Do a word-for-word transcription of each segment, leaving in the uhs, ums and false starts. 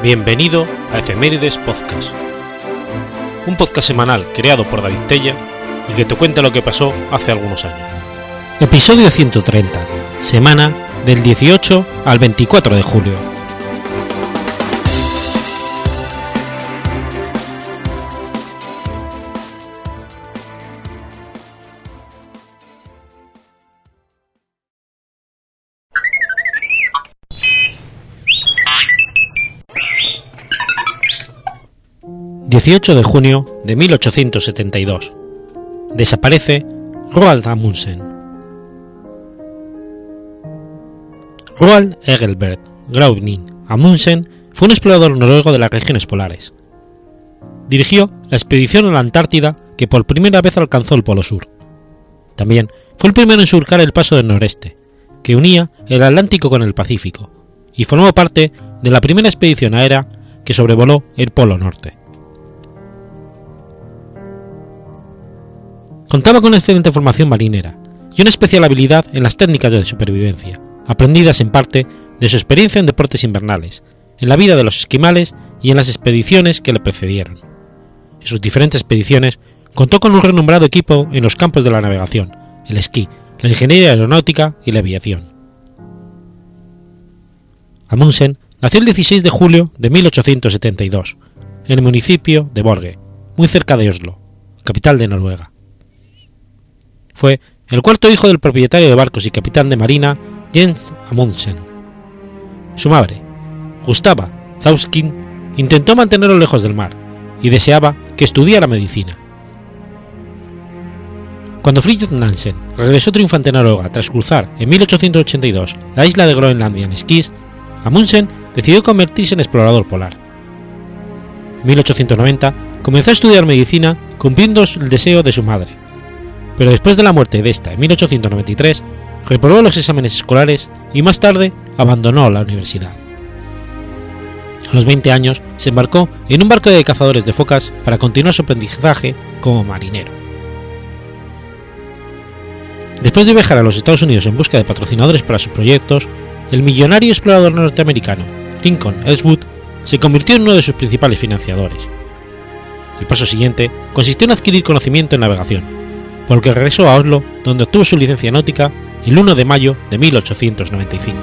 Bienvenido a Efemérides Podcast, un podcast semanal creado por David Tella y que te cuenta lo que pasó hace algunos años. Episodio ciento treinta, semana del dieciocho al veinticuatro de julio. dieciocho de junio de mil ochocientos setenta y dos. Desaparece Roald Amundsen. Roald Engelbert Gravning Amundsen fue un explorador noruego de las regiones polares. Dirigió la expedición a la Antártida que por primera vez alcanzó el Polo Sur. También fue el primero en surcar el paso del noreste, que unía el Atlántico con el Pacífico, y formó parte de la primera expedición aérea que sobrevoló el Polo Norte. Contaba con una excelente formación marinera y una especial habilidad en las técnicas de supervivencia, aprendidas en parte de su experiencia en deportes invernales, en la vida de los esquimales y en las expediciones que le precedieron. En sus diferentes expediciones contó con un renombrado equipo en los campos de la navegación, el esquí, la ingeniería aeronáutica y la aviación. Amundsen nació el dieciséis de julio de mil ochocientos setenta y dos, en el municipio de Borge, muy cerca de Oslo, capital de Noruega. Fue el cuarto hijo del propietario de barcos y capitán de marina Jens Amundsen. Su madre, Gustava Zauskin, intentó mantenerlo lejos del mar y deseaba que estudiara medicina. Cuando Fridtjof Nansen regresó triunfante a Noruega tras cruzar en mil ochocientos ochenta y dos la isla de Groenlandia en esquís, Amundsen decidió convertirse en explorador polar. En mil ochocientos noventa comenzó a estudiar medicina cumpliendo el deseo de su madre, pero después de la muerte de esta en mil ochocientos noventa y tres, reprobó los exámenes escolares y más tarde abandonó la universidad. A los veinte años se embarcó en un barco de cazadores de focas para continuar su aprendizaje como marinero. Después de viajar a los Estados Unidos en busca de patrocinadores para sus proyectos, el millonario explorador norteamericano Lincoln Ellsworth se convirtió en uno de sus principales financiadores. El paso siguiente consistió en adquirir conocimiento en navegación, por lo que regresó a Oslo, donde obtuvo su licencia náutica el uno de mayo de mil ochocientos noventa y cinco.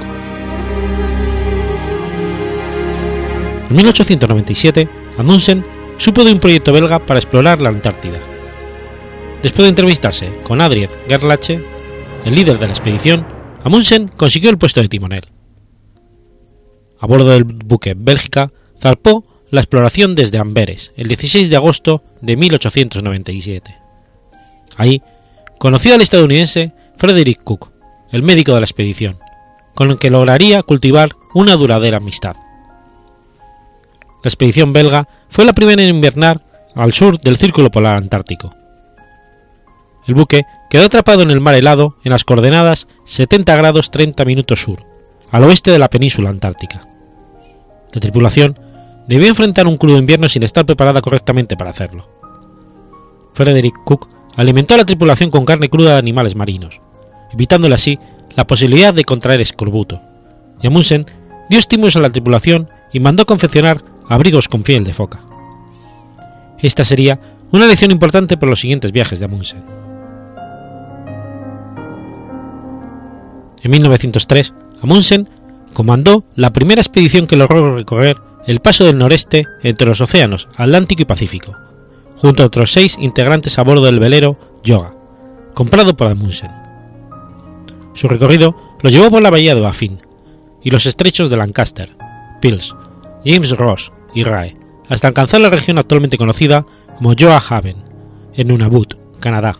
En mil ochocientos noventa y siete, Amundsen supo de un proyecto belga para explorar la Antártida. Después de entrevistarse con Adriet Gerlache, el líder de la expedición, Amundsen consiguió el puesto de timonel. A bordo del buque Bélgica, zarpó la exploración desde Amberes el dieciséis de agosto de mil ochocientos noventa y siete. Ahí conoció al estadounidense Frederick Cook, el médico de la expedición, con el que lograría cultivar una duradera amistad. La expedición belga fue la primera en invernar al sur del Círculo Polar Antártico. El buque quedó atrapado en el mar helado en las coordenadas setenta grados treinta minutos sur, al oeste de la península antártica. La tripulación debió enfrentar un crudo invierno sin estar preparada correctamente para hacerlo. Frederick Cook alimentó a la tripulación con carne cruda de animales marinos, evitándole así la posibilidad de contraer escorbuto, y Amundsen dio estímulos a la tripulación y mandó confeccionar abrigos con piel de foca. Esta sería una lección importante para los siguientes viajes de Amundsen. En mil novecientos tres, Amundsen comandó la primera expedición que logró recorrer el paso del noreste entre los océanos Atlántico y Pacífico, junto a otros seis integrantes a bordo del velero Yoga, comprado por Amundsen. Su recorrido los llevó por la bahía de Baffin y los estrechos de Lancaster, Pils, James Ross y Rae, hasta alcanzar la región actualmente conocida como Joa Haven, en Nunavut, Canadá.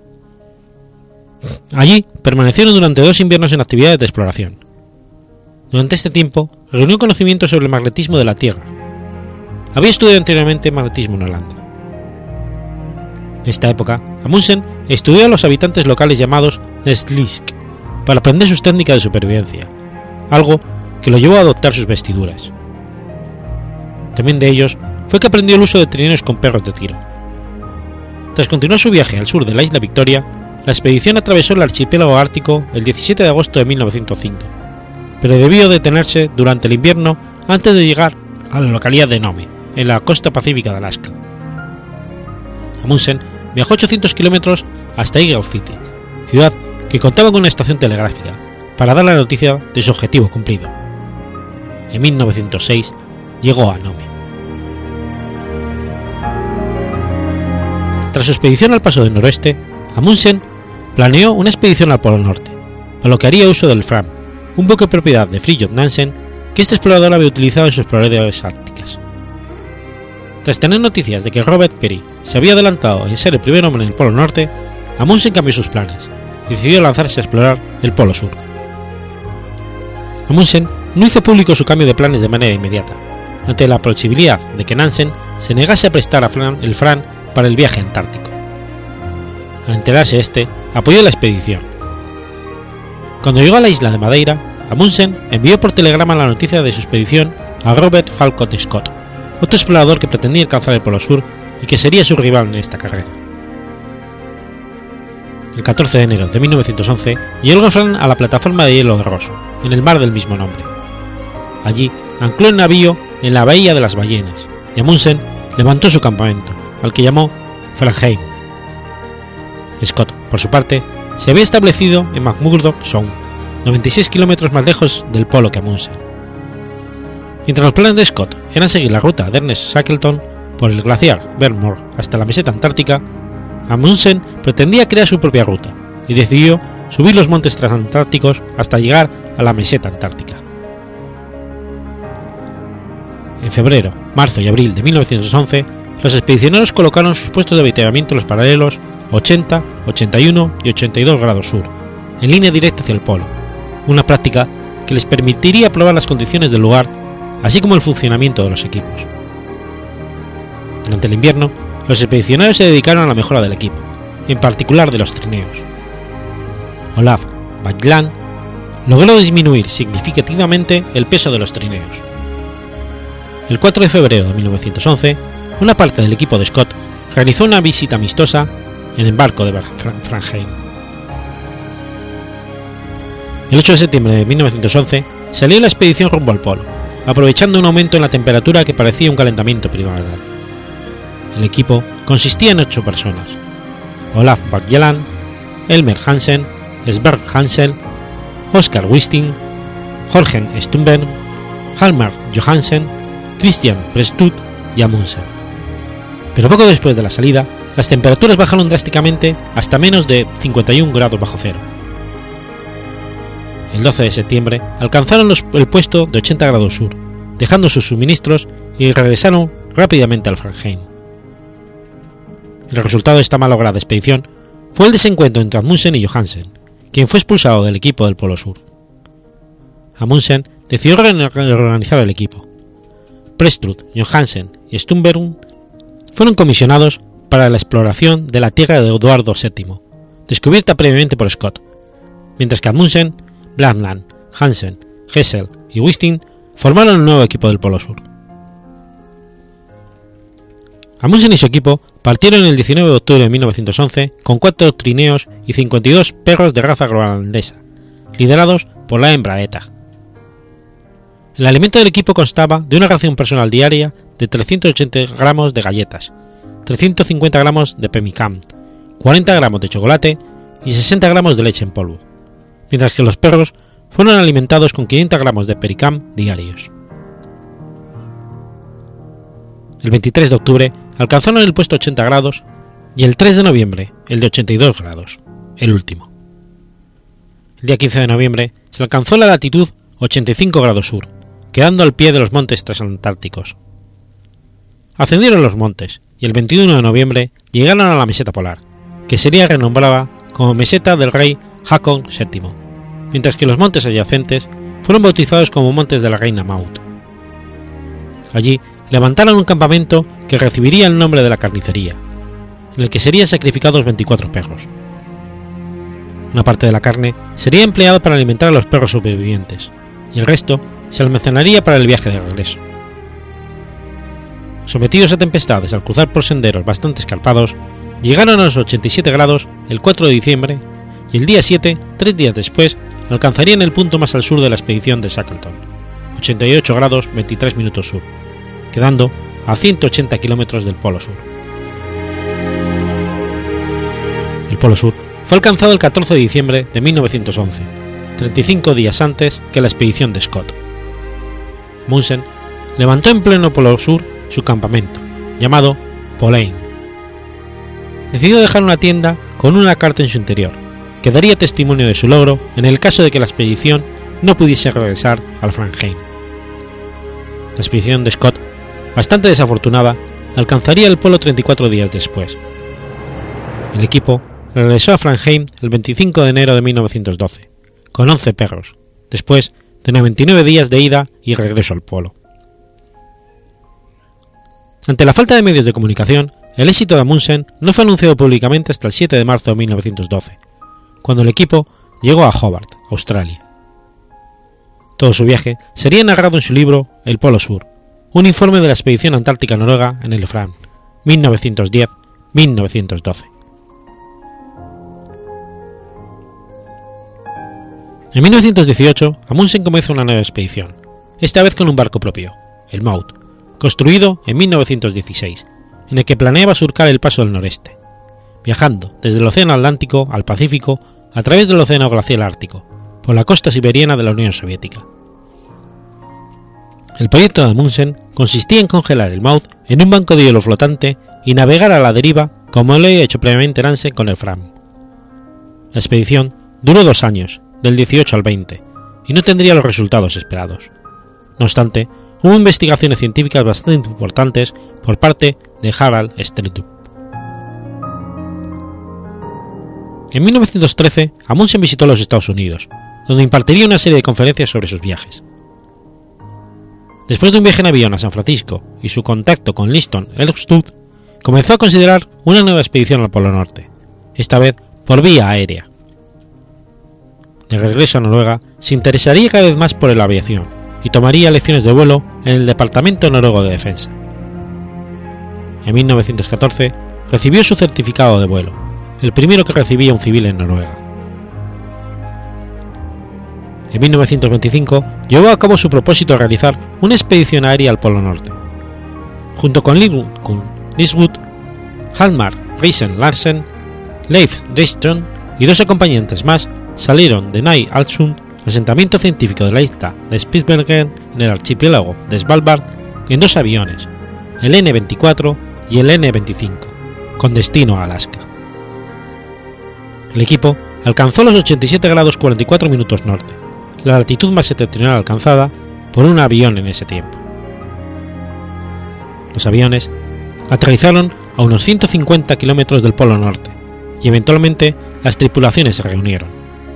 Allí permanecieron durante dos inviernos en actividades de exploración. Durante este tiempo reunió conocimientos sobre el magnetismo de la Tierra. Había estudiado anteriormente magnetismo en Holanda. En esta época, Amundsen estudió a los habitantes locales llamados Neslisk para aprender sus técnicas de supervivencia, algo que lo llevó a adoptar sus vestiduras. También de ellos fue que aprendió el uso de trineos con perros de tiro. Tras continuar su viaje al sur de la isla Victoria, la expedición atravesó el archipiélago ártico el diecisiete de agosto de mil novecientos cinco, pero debió detenerse durante el invierno antes de llegar a la localidad de Nome, en la costa pacífica de Alaska. Amundsen viajó ochocientos kilómetros hasta Eagle City, ciudad que contaba con una estación telegráfica, para dar la noticia de su objetivo cumplido. En mil novecientos seis llegó a Nome. Tras su expedición al Paso del Noroeste, Amundsen planeó una expedición al Polo Norte, a lo que haría uso del Fram, un buque propiedad de Fridtjof Nansen que este explorador había utilizado en sus exploraciones árticas. Tras tener noticias de que Robert Peary se había adelantado en ser el primer hombre en el Polo Norte, Amundsen cambió sus planes y decidió lanzarse a explorar el Polo Sur. Amundsen no hizo público su cambio de planes de manera inmediata, ante la posibilidad de que Nansen se negase a prestar a Fram el Fram para el viaje antártico. Al enterarse este, apoyó la expedición. Cuando llegó a la isla de Madeira, Amundsen envió por telegrama la noticia de su expedición a Robert Falcott Scott, otro explorador que pretendía alcanzar el Polo Sur y que sería su rival en esta carrera. El catorce de enero de mil novecientos once llegó el Fram a la plataforma de hielo de Ross, en el mar del mismo nombre. Allí ancló el navío en la bahía de las Ballenas y Amundsen levantó su campamento, al que llamó Framheim. Scott, por su parte, se había establecido en McMurdo Sound, noventa y seis kilómetros más lejos del polo que Amundsen. Mientras los planes de Scott eran seguir la ruta de Ernest Shackleton por el glaciar Bernmore hasta la meseta antártica, Amundsen pretendía crear su propia ruta y decidió subir los montes transantárticos hasta llegar a la meseta antártica. En febrero, marzo y abril de mil novecientos once, los expedicionarios colocaron sus puestos de avituallamiento en los paralelos ochenta, ochenta y uno y ochenta y dos grados sur, en línea directa hacia el polo, una práctica que les permitiría probar las condiciones del lugar, así como el funcionamiento de los equipos. Durante el invierno, los expedicionarios se dedicaron a la mejora del equipo, en particular de los trineos. Olaf Bajland logró disminuir significativamente el peso de los trineos. El cuatro de febrero de mil novecientos once, una parte del equipo de Scott realizó una visita amistosa en el barco de Framheim. El ocho de septiembre de mil novecientos once salió la expedición rumbo al polo, aprovechando un aumento en la temperatura que parecía un calentamiento primaveral. El equipo consistía en ocho personas: Olaf Bajland, Elmer Hansen, Sverre Hansel, Oskar Wisting, Jorgen Stumberg, Hjalmar Johansen, Christian Prestud y Amundsen. Pero poco después de la salida, las temperaturas bajaron drásticamente hasta menos de cincuenta y un grados bajo cero. El doce de septiembre alcanzaron los, el puesto de ochenta grados sur, dejando sus suministros y regresaron rápidamente al Framheim. El resultado de esta malograda expedición fue el desencuentro entre Amundsen y Johansen, quien fue expulsado del equipo del Polo Sur. Amundsen decidió reorganizar el equipo. Prestrud, Johansen y Stumberg fueron comisionados para la exploración de la tierra de Eduardo séptimo, descubierta previamente por Scott, mientras que Amundsen, Bajland, Hansen, Hessel y Wisting formaron el nuevo equipo del Polo Sur. Amundsen y su equipo partieron el diecinueve de octubre de mil novecientos once con cuatro trineos y cincuenta y dos perros de raza groenlandesa, liderados por la hembra Eta. El alimento del equipo constaba de una ración personal diaria de trescientos ochenta gramos de galletas, trescientos cincuenta gramos de pemmican, cuarenta gramos de chocolate y sesenta gramos de leche en polvo, mientras que los perros fueron alimentados con quinientos gramos de pericam diarios. El veintitrés de octubre alcanzaron el puesto ochenta grados y el tres de noviembre el de ochenta y dos grados, el último. El día quince de noviembre se alcanzó la latitud ochenta y cinco grados sur, quedando al pie de los montes transantárticos. Ascendieron los montes y el veintiuno de noviembre llegaron a la meseta polar, que sería renombrada como meseta del rey Haakon séptimo, mientras que los montes adyacentes fueron bautizados como montes de la reina Maud. Allí levantaron un campamento que recibiría el nombre de la carnicería, en el que serían sacrificados veinticuatro perros. Una parte de la carne sería empleada para alimentar a los perros supervivientes, y el resto se almacenaría para el viaje de regreso. Sometidos a tempestades al cruzar por senderos bastante escarpados, llegaron a los ochenta y siete grados el cuatro de diciembre y el día siete, tres días después, alcanzarían el punto más al sur de la expedición de Shackleton, ochenta y ocho grados veintitrés minutos sur, quedando a ciento ochenta kilómetros del Polo Sur. El Polo Sur fue alcanzado el catorce de diciembre de mil novecientos once, treinta y cinco días antes que la expedición de Scott. Amundsen levantó en pleno Polo Sur su campamento, llamado Polheim. Decidió dejar una tienda con una carta en su interior, que daría testimonio de su logro en el caso de que la expedición no pudiese regresar al Framheim. La expedición de Scott, bastante desafortunada, alcanzaría el polo treinta y cuatro días después. El equipo regresó a Framheim el veinticinco de enero de mil novecientos doce, con once perros, después de noventa y nueve días de ida y regreso al polo. Ante la falta de medios de comunicación, el éxito de Amundsen no fue anunciado públicamente hasta el siete de marzo de mil novecientos doce, cuando el equipo llegó a Hobart, Australia. Todo su viaje sería narrado en su libro El Polo Sur, un informe de la expedición antártica noruega en el Fram, mil novecientos diez a mil novecientos doce. En mil novecientos dieciocho, Amundsen comenzó una nueva expedición, esta vez con un barco propio, el Maud, construido en mil novecientos dieciséis, en el que planeaba surcar el paso del noreste, viajando desde el Océano Atlántico al Pacífico a través del Océano Glacial Ártico, por la costa siberiana de la Unión Soviética. El proyecto de Amundsen consistía en congelar el Maud en un banco de hielo flotante y navegar a la deriva como lo había hecho previamente Nansen con el Fram. La expedición duró dos años, del dieciocho al veinte, y no tendría los resultados esperados. No obstante, hubo investigaciones científicas bastante importantes por parte de Harald Sverdrup. En mil novecientos trece, Amundsen visitó los Estados Unidos, donde impartiría una serie de conferencias sobre sus viajes. Después de un viaje en avión a San Francisco y su contacto con Liston Elstud, comenzó a considerar una nueva expedición al Polo Norte, esta vez por vía aérea. De regreso a Noruega, se interesaría cada vez más por la aviación y tomaría lecciones de vuelo en el Departamento Noruego de Defensa. En mil novecientos catorce recibió su certificado de vuelo, el primero que recibía un civil en Noruega. En mil novecientos veinticinco llevó a cabo su propósito de realizar una expedición aérea al Polo Norte. Junto con Liswood, Hjalmar Riisen Larsen, Leif Drieström y dos acompañantes más, salieron de Ny-Ålesund, asentamiento científico de la isla de Spitsbergen en el archipiélago de Svalbard, en dos aviones, el N veinticuatro y el N veinticinco, con destino a Alaska. El equipo alcanzó los ochenta y siete grados cuarenta y cuatro minutos norte, la latitud más septentrional alcanzada por un avión en ese tiempo. Los aviones aterrizaron a unos ciento cincuenta kilómetros del Polo Norte y eventualmente las tripulaciones se reunieron.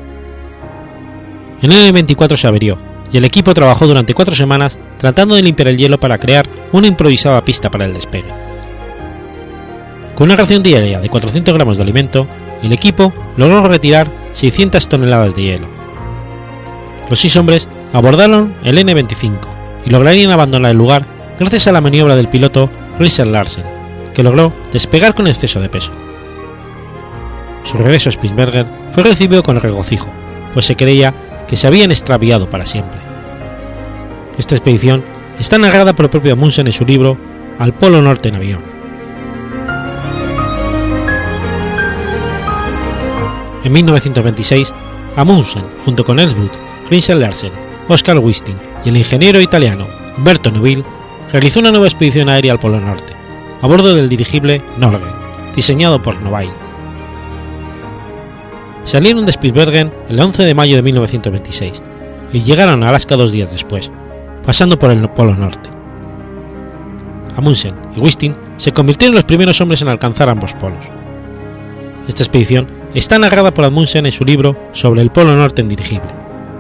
El N veinticuatro se averió y el equipo trabajó durante cuatro semanas tratando de limpiar el hielo para crear una improvisada pista para el despegue. Con una ración diaria de cuatrocientos gramos de alimento, el equipo logró retirar seiscientas toneladas de hielo. Los seis hombres abordaron el N veinticinco y lograrían abandonar el lugar gracias a la maniobra del piloto Riisen Larsen, que logró despegar con exceso de peso. Su regreso a Spitsbergen fue recibido con regocijo, pues se creía que se habían extraviado para siempre. Esta expedición está narrada por el propio Amundsen en su libro Al Polo Norte en avión. En mil novecientos veintiséis, Amundsen, junto con Elswood, Riisen Larsen, Oscar Wisting y el ingeniero italiano Umberto Neuville, realizó una nueva expedición aérea al Polo Norte, a bordo del dirigible Norge, diseñado por Novyle. Salieron de Spitsbergen el once de mayo de mil novecientos veintiséis y llegaron a Alaska dos días después, pasando por el Polo Norte. Amundsen y Wisting se convirtieron en los primeros hombres en alcanzar ambos polos. Esta expedición está narrada por Amundsen en su libro Sobre el Polo Norte en dirigible.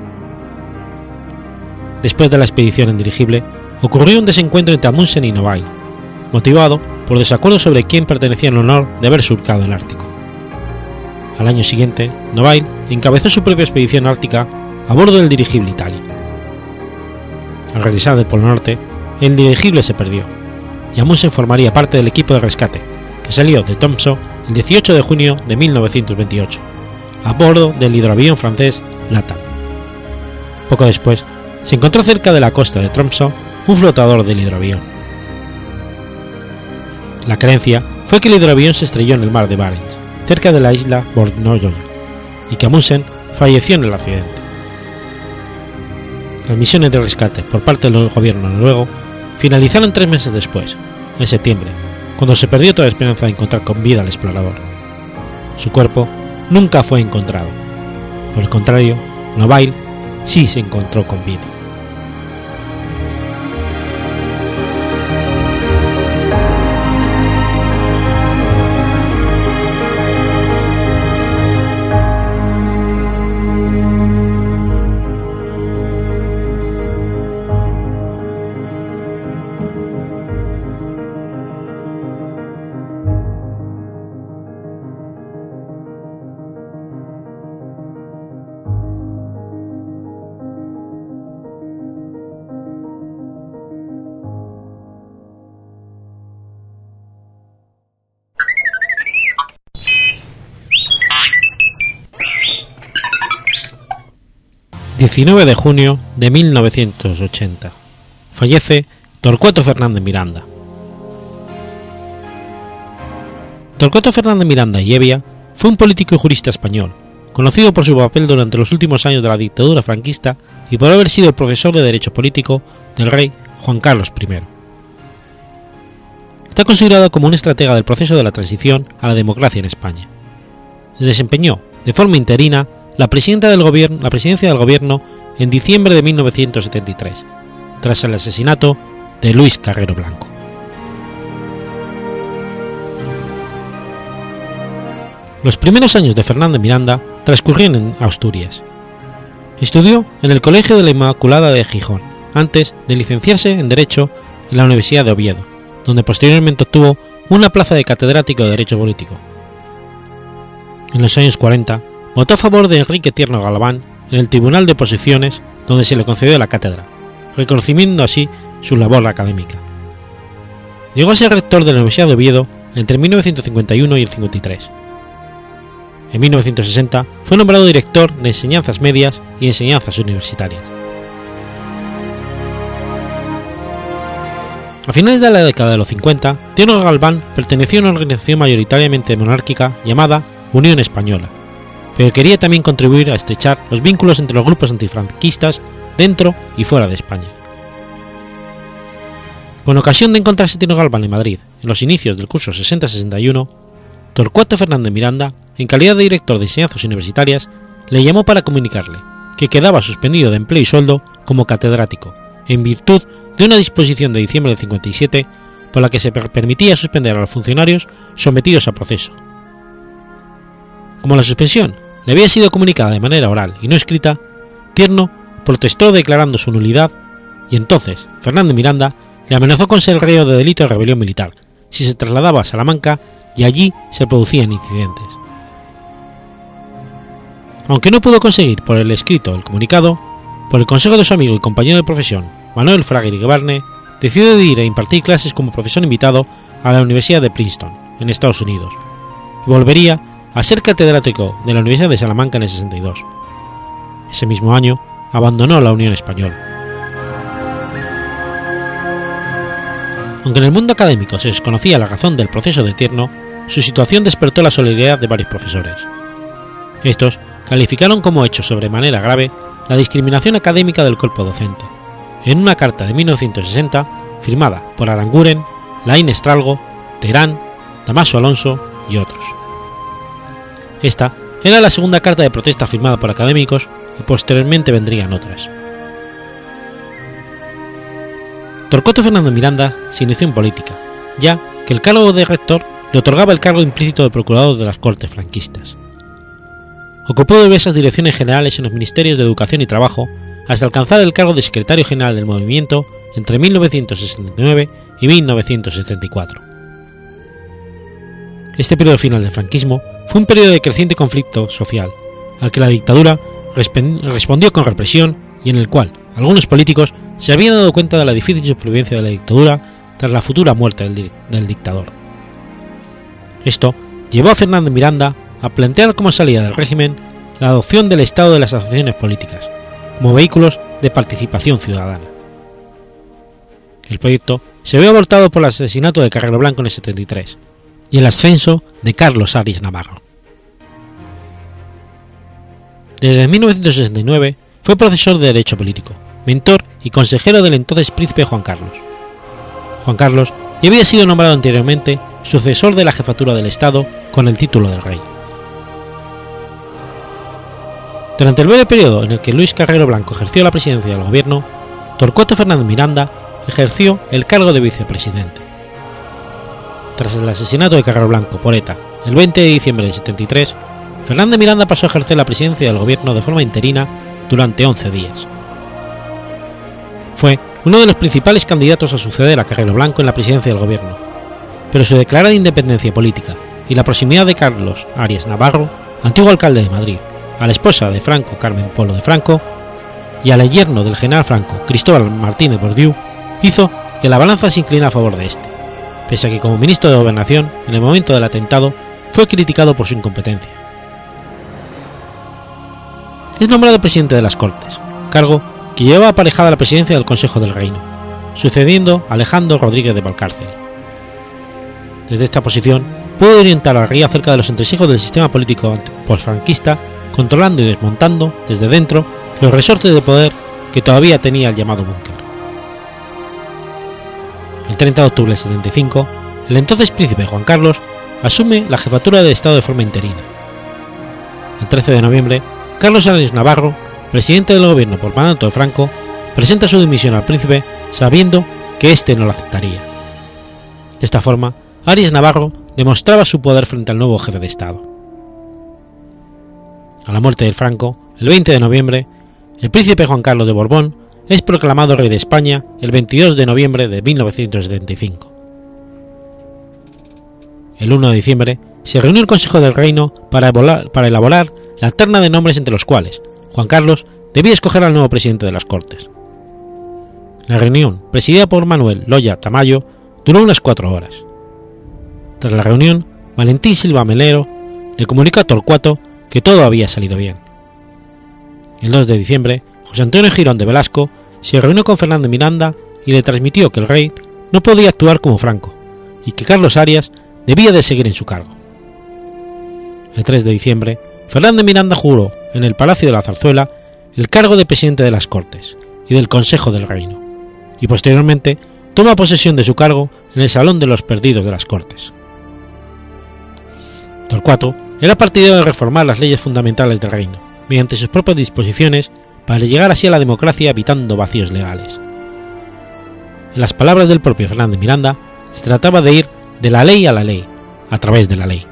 Después de la expedición en dirigible, ocurrió un desencuentro entre Amundsen y Novyle, motivado por desacuerdos sobre quién pertenecía el honor de haber surcado el Ártico. Al año siguiente, Novyle encabezó su propia expedición ártica a bordo del dirigible Italia. Al regresar del Polo Norte, el dirigible se perdió, y Amundsen formaría parte del equipo de rescate, que salió de Tromsø el dieciocho de junio de mil novecientos veintiocho, a bordo del hidroavión francés Latam. Poco después, se encontró cerca de la costa de Tromsø un flotador del hidroavión, La creencia fue que el hidroavión se estrelló en el mar de Barents, cerca de la isla Bornholm, y que Amundsen falleció en el accidente. Las misiones de rescate por parte del gobierno noruego finalizaron tres meses después, en septiembre, cuando se perdió toda esperanza de encontrar con vida al explorador. Su cuerpo nunca fue encontrado. Por el contrario, Novail sí se encontró con vida. diecinueve de junio de mil novecientos ochenta. Fallece Torcuato Fernández Miranda. Torcuato Fernández Miranda y Hevia fue un político y jurista español, conocido por su papel durante los últimos años de la dictadura franquista y por haber sido el profesor de Derecho Político del rey Juan Carlos primero. Está considerado como un estratega del proceso de la transición a la democracia en España. Desempeñó, de forma interina, la, presidenta del gobierno, la presidencia del gobierno en diciembre de mil novecientos setenta y tres, tras el asesinato de Luis Carrero Blanco. Los primeros años de Fernández Miranda transcurrieron en Asturias. Estudió en el Colegio de la Inmaculada de Gijón, antes de licenciarse en Derecho en la Universidad de Oviedo, donde posteriormente obtuvo una plaza de catedrático de Derecho Político. En los años cuarenta, votó a favor de Enrique Tierno Galván en el Tribunal de Oposiciones, donde se le concedió la cátedra, reconociendo así su labor académica. Llegó a ser rector de la Universidad de Oviedo entre mil novecientos cincuenta y uno y el cincuenta y tres. En mil novecientos sesenta fue nombrado director de Enseñanzas Medias y Enseñanzas Universitarias. A finales de la década de los cincuenta, Tierno Galván perteneció a una organización mayoritariamente monárquica llamada Unión Española, pero quería también contribuir a estrechar los vínculos entre los grupos antifranquistas dentro y fuera de España. Con ocasión de encontrarse Tierno Galván en Madrid en los inicios del curso sesenta sesenta y uno, Torcuato Fernández Miranda, en calidad de director de Enseñanzas Universitarias, le llamó para comunicarle que quedaba suspendido de empleo y sueldo como catedrático, en virtud de una disposición de diciembre del cincuenta y siete por la que se permitía suspender a los funcionarios sometidos a proceso. Como la suspensión le había sido comunicada de manera oral y no escrita, Tierno protestó declarando su nulidad y entonces Fernández Miranda le amenazó con ser reo de delito de rebelión militar si se trasladaba a Salamanca y allí se producían incidentes. Aunque no pudo conseguir por el escrito el comunicado, por el consejo de su amigo y compañero de profesión, Manuel Fraga Iribarne, decidió ir a impartir clases como profesor invitado a la Universidad de Princeton, en Estados Unidos, y volvería a ser catedrático de la Universidad de Salamanca en el sesenta y dos. Ese mismo año abandonó la Unión Española. Aunque en el mundo académico se desconocía la razón del proceso de Tierno, su situación despertó la solidaridad de varios profesores. Estos calificaron como hecho sobremanera grave la discriminación académica del cuerpo docente, en una carta de mil novecientos sesenta firmada por Aranguren, Laín Estralgo, Terán, Damaso Alonso y otros. Esta era la segunda carta de protesta firmada por académicos y posteriormente vendrían otras. Torcuato Fernández Miranda se inició en política, ya que el cargo de rector le otorgaba el cargo implícito de procurador de las Cortes franquistas. Ocupó diversas direcciones generales en los ministerios de Educación y Trabajo hasta alcanzar el cargo de secretario general del movimiento entre mil novecientos sesenta y nueve y mil novecientos setenta y cuatro. Este periodo final del franquismo fue un periodo de creciente conflicto social, al que la dictadura respondió con represión y en el cual algunos políticos se habían dado cuenta de la difícil supervivencia de la dictadura tras la futura muerte del, del dictador. Esto llevó a Fernández Miranda a plantear como salida del régimen la adopción del Estado de las asociaciones políticas, como vehículos de participación ciudadana. El proyecto se vio abortado por el asesinato de Carrero Blanco en el setenta y tres y el ascenso de Carlos Arias Navarro. Desde mil novecientos sesenta y nueve fue profesor de Derecho Político, mentor y consejero del entonces príncipe Juan Carlos. Juan Carlos ya había sido nombrado anteriormente sucesor de la jefatura del Estado con el título del rey. Durante el breve periodo en el que Luis Carrero Blanco ejerció la presidencia del gobierno, Torcuato Fernández Miranda ejerció el cargo de vicepresidente. Tras el asesinato de Carrero Blanco por ETA el veinte de diciembre del setenta y tres, Fernández Miranda pasó a ejercer la presidencia del gobierno de forma interina durante once días. Fue uno de los principales candidatos a suceder a Carrero Blanco en la presidencia del gobierno, pero su declarada independencia política y la proximidad de Carlos Arias Navarro, antiguo alcalde de Madrid, a la esposa de Franco, Carmen Polo de Franco, y al yerno del general Franco, Cristóbal Martínez Bordiú, hizo que la balanza se inclina a favor de este, pese a que como ministro de Gobernación, en el momento del atentado, fue criticado por su incompetencia. Es nombrado presidente de las Cortes, cargo que llevaba aparejada la presidencia del Consejo del Reino, sucediendo a Alejandro Rodríguez de Valcárcel. Desde esta posición pudo orientar al rey acerca de los entresijos del sistema político postfranquista, controlando y desmontando desde dentro los resortes de poder que todavía tenía el llamado búnker. El treinta de octubre del setenta y cinco, el entonces príncipe Juan Carlos asume la jefatura de Estado de forma interina. El trece de noviembre, Carlos Arias Navarro, presidente del gobierno por mandato de Franco, presenta su dimisión al príncipe sabiendo que éste no la aceptaría. De esta forma, Arias Navarro demostraba su poder frente al nuevo jefe de Estado. A la muerte de Franco, el veinte de noviembre, el príncipe Juan Carlos de Borbón es proclamado rey de España el veintidós de noviembre de mil novecientos setenta y cinco. El uno de diciembre se reunió el Consejo del Reino para elaborar, para elaborar la terna de nombres entre los cuales Juan Carlos debía escoger al nuevo presidente de las Cortes. La reunión, presidida por Manuel Loya Tamayo, duró unas cuatro horas. Tras la reunión, Valentín Silva Melero le comunicó a Torcuato que todo había salido bien. El dos de diciembre, José Antonio Girón de Velasco se reunió con Fernández Miranda y le transmitió que el rey no podía actuar como Franco y que Carlos Arias debía de seguir en su cargo. El tres de diciembre, Fernández Miranda juró en el Palacio de la Zarzuela el cargo de presidente de las Cortes y del Consejo del Reino, y posteriormente toma posesión de su cargo en el Salón de los Perdidos de las Cortes. Torcuato era partidario de reformar las leyes fundamentales del reino, mediante sus propias disposiciones, para llegar así a la democracia evitando vacíos legales. En las palabras del propio Fernández Miranda, se trataba de ir de la ley a la ley, a través de la ley.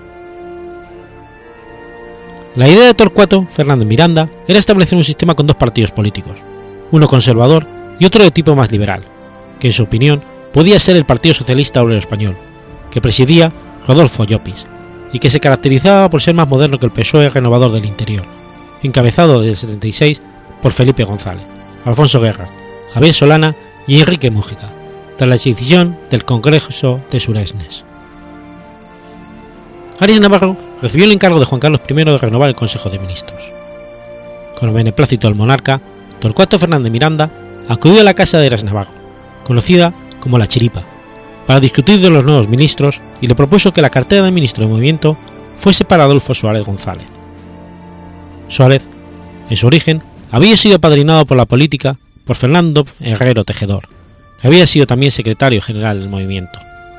La idea de Torcuato Fernández Miranda era establecer un sistema con dos partidos políticos, uno conservador y otro de tipo más liberal, que en su opinión podía ser el Partido Socialista Obrero Español, que presidía Rodolfo Llopis, y que se caracterizaba por ser más moderno que el P S O E renovador del interior, encabezado desde el setenta y seis por Felipe González, Alfonso Guerra, Javier Solana y Enrique Mújica, tras la decisión del Congreso de Suresnes. Arias Navarro recibió el encargo de Juan Carlos primero de renovar el Consejo de Ministros. Con el beneplácito del monarca, Torcuato Fernández Miranda acudió a la casa de Arias Navarro, conocida como La Chiripa, para discutir de los nuevos ministros y le propuso que la cartera de ministro de Movimiento fuese para Adolfo Suárez González. Suárez, en su origen, había sido apadrinado por la política por Fernando Herrero Tejedor, que había sido también secretario general del movimiento.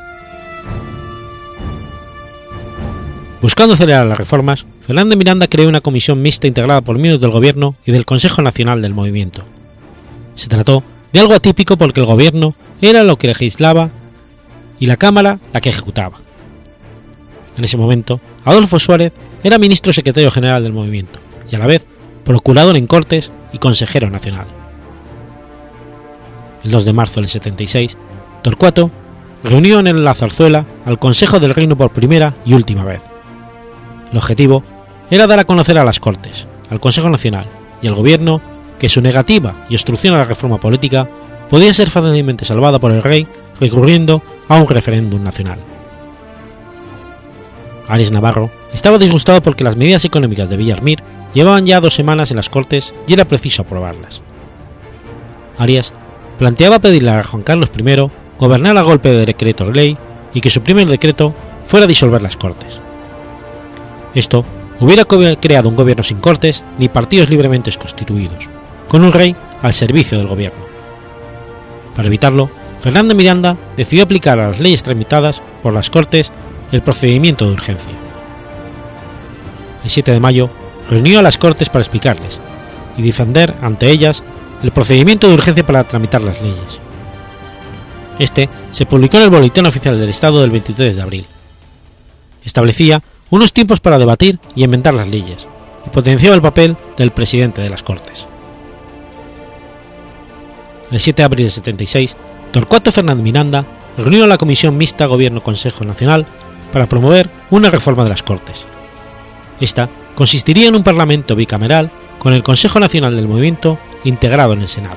Buscando acelerar las reformas, Fernández Miranda creó una comisión mixta integrada por miembros del Gobierno y del Consejo Nacional del Movimiento. Se trató de algo atípico porque el Gobierno era lo que legislaba y la Cámara la que ejecutaba. En ese momento, Adolfo Suárez era ministro secretario general del movimiento y a la vez procurador en Cortes y consejero nacional. El dos de marzo del setenta y seis, Torcuato reunió en la Zarzuela al Consejo del Reino por primera y última vez. El objetivo era dar a conocer a las Cortes, al Consejo Nacional y al Gobierno que su negativa y obstrucción a la reforma política podía ser fácilmente salvada por el rey recurriendo a un referéndum nacional. Arias Navarro estaba disgustado porque las medidas económicas de Villarmir llevaban ya dos semanas en las Cortes y era preciso aprobarlas. Arias planteaba pedirle a Juan Carlos I gobernar a golpe de decreto ley y que su primer decreto fuera disolver las Cortes. Esto hubiera creado un gobierno sin Cortes ni partidos libremente constituidos, con un rey al servicio del gobierno. Para evitarlo, Fernando de Miranda decidió aplicar a las leyes tramitadas por las Cortes el procedimiento de urgencia. El siete de mayo reunió a las Cortes para explicarles y defender ante ellas el procedimiento de urgencia para tramitar las leyes. Este se publicó en el Boletín Oficial del Estado del veintitrés de abril. Establecía unos tiempos para debatir y enmendar las leyes y potenciaba el papel del presidente de las Cortes. El siete de abril del setenta y seis, Torcuato Fernández Miranda reunió a la Comisión Mixta Gobierno-Consejo Nacional para promover una reforma de las Cortes. Esta consistiría en un parlamento bicameral con el Consejo Nacional del Movimiento integrado en el Senado.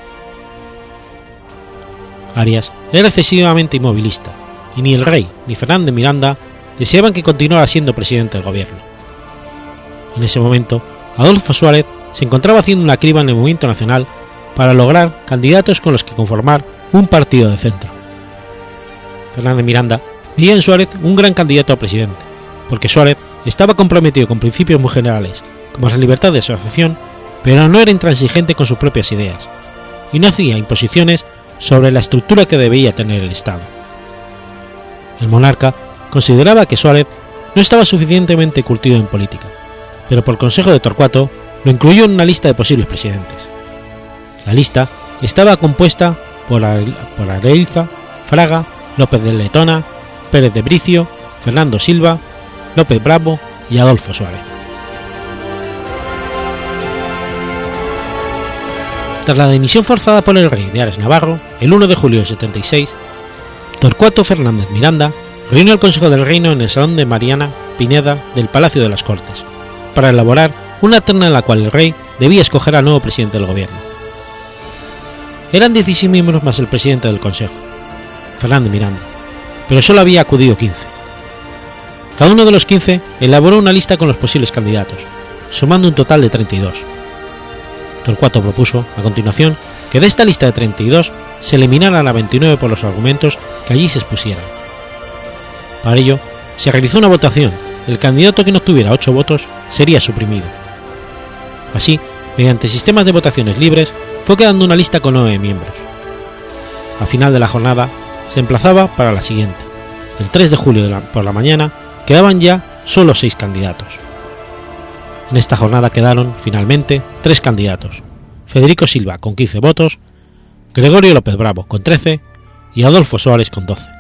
Arias era excesivamente inmovilista, y ni el rey ni Fernández de Miranda deseaban que continuara siendo presidente del gobierno. En ese momento, Adolfo Suárez se encontraba haciendo una criba en el movimiento nacional para lograr candidatos con los que conformar un partido de centro. Fernández de Miranda veía en Suárez un gran candidato a presidente, porque Suárez estaba comprometido con principios muy generales, como la libertad de asociación, pero no era intransigente con sus propias ideas, y no hacía imposiciones sobre la estructura que debía tener el Estado. El monarca consideraba que Suárez no estaba suficientemente curtido en política, pero por consejo de Torcuato lo incluyó en una lista de posibles presidentes. La lista estaba compuesta por Arelza, Fraga, López de Letona, Pérez de Bricio, Fernando Silva, López Bravo y Adolfo Suárez. Tras la dimisión forzada por el rey de Ares Navarro, el uno de julio de setenta y seis, Torcuato Fernández Miranda reunió al Consejo del Reino en el Salón de Mariana Pineda del Palacio de las Cortes, para elaborar una terna en la cual el rey debía escoger al nuevo presidente del gobierno. Eran dieciséis miembros más el presidente del Consejo, Fernández Miranda, pero solo había acudido quince. Cada uno de los quince elaboró una lista con los posibles candidatos, sumando un total de treinta y dos. Torcuato propuso, a continuación, que de esta lista de treinta y dos se eliminaran a veintinueve por los argumentos que allí se expusieran. Para ello, se realizó una votación. El candidato que no obtuviera ocho votos sería suprimido. Así, mediante sistemas de votaciones libres, fue quedando una lista con nueve miembros. Al final de la jornada, se emplazaba para la siguiente. El tres de julio de la, por la mañana, quedaban ya solo seis candidatos. En esta jornada quedaron, finalmente, tres candidatos: Federico Silva con quince votos, Gregorio López Bravo con trece y Adolfo Suárez con doce.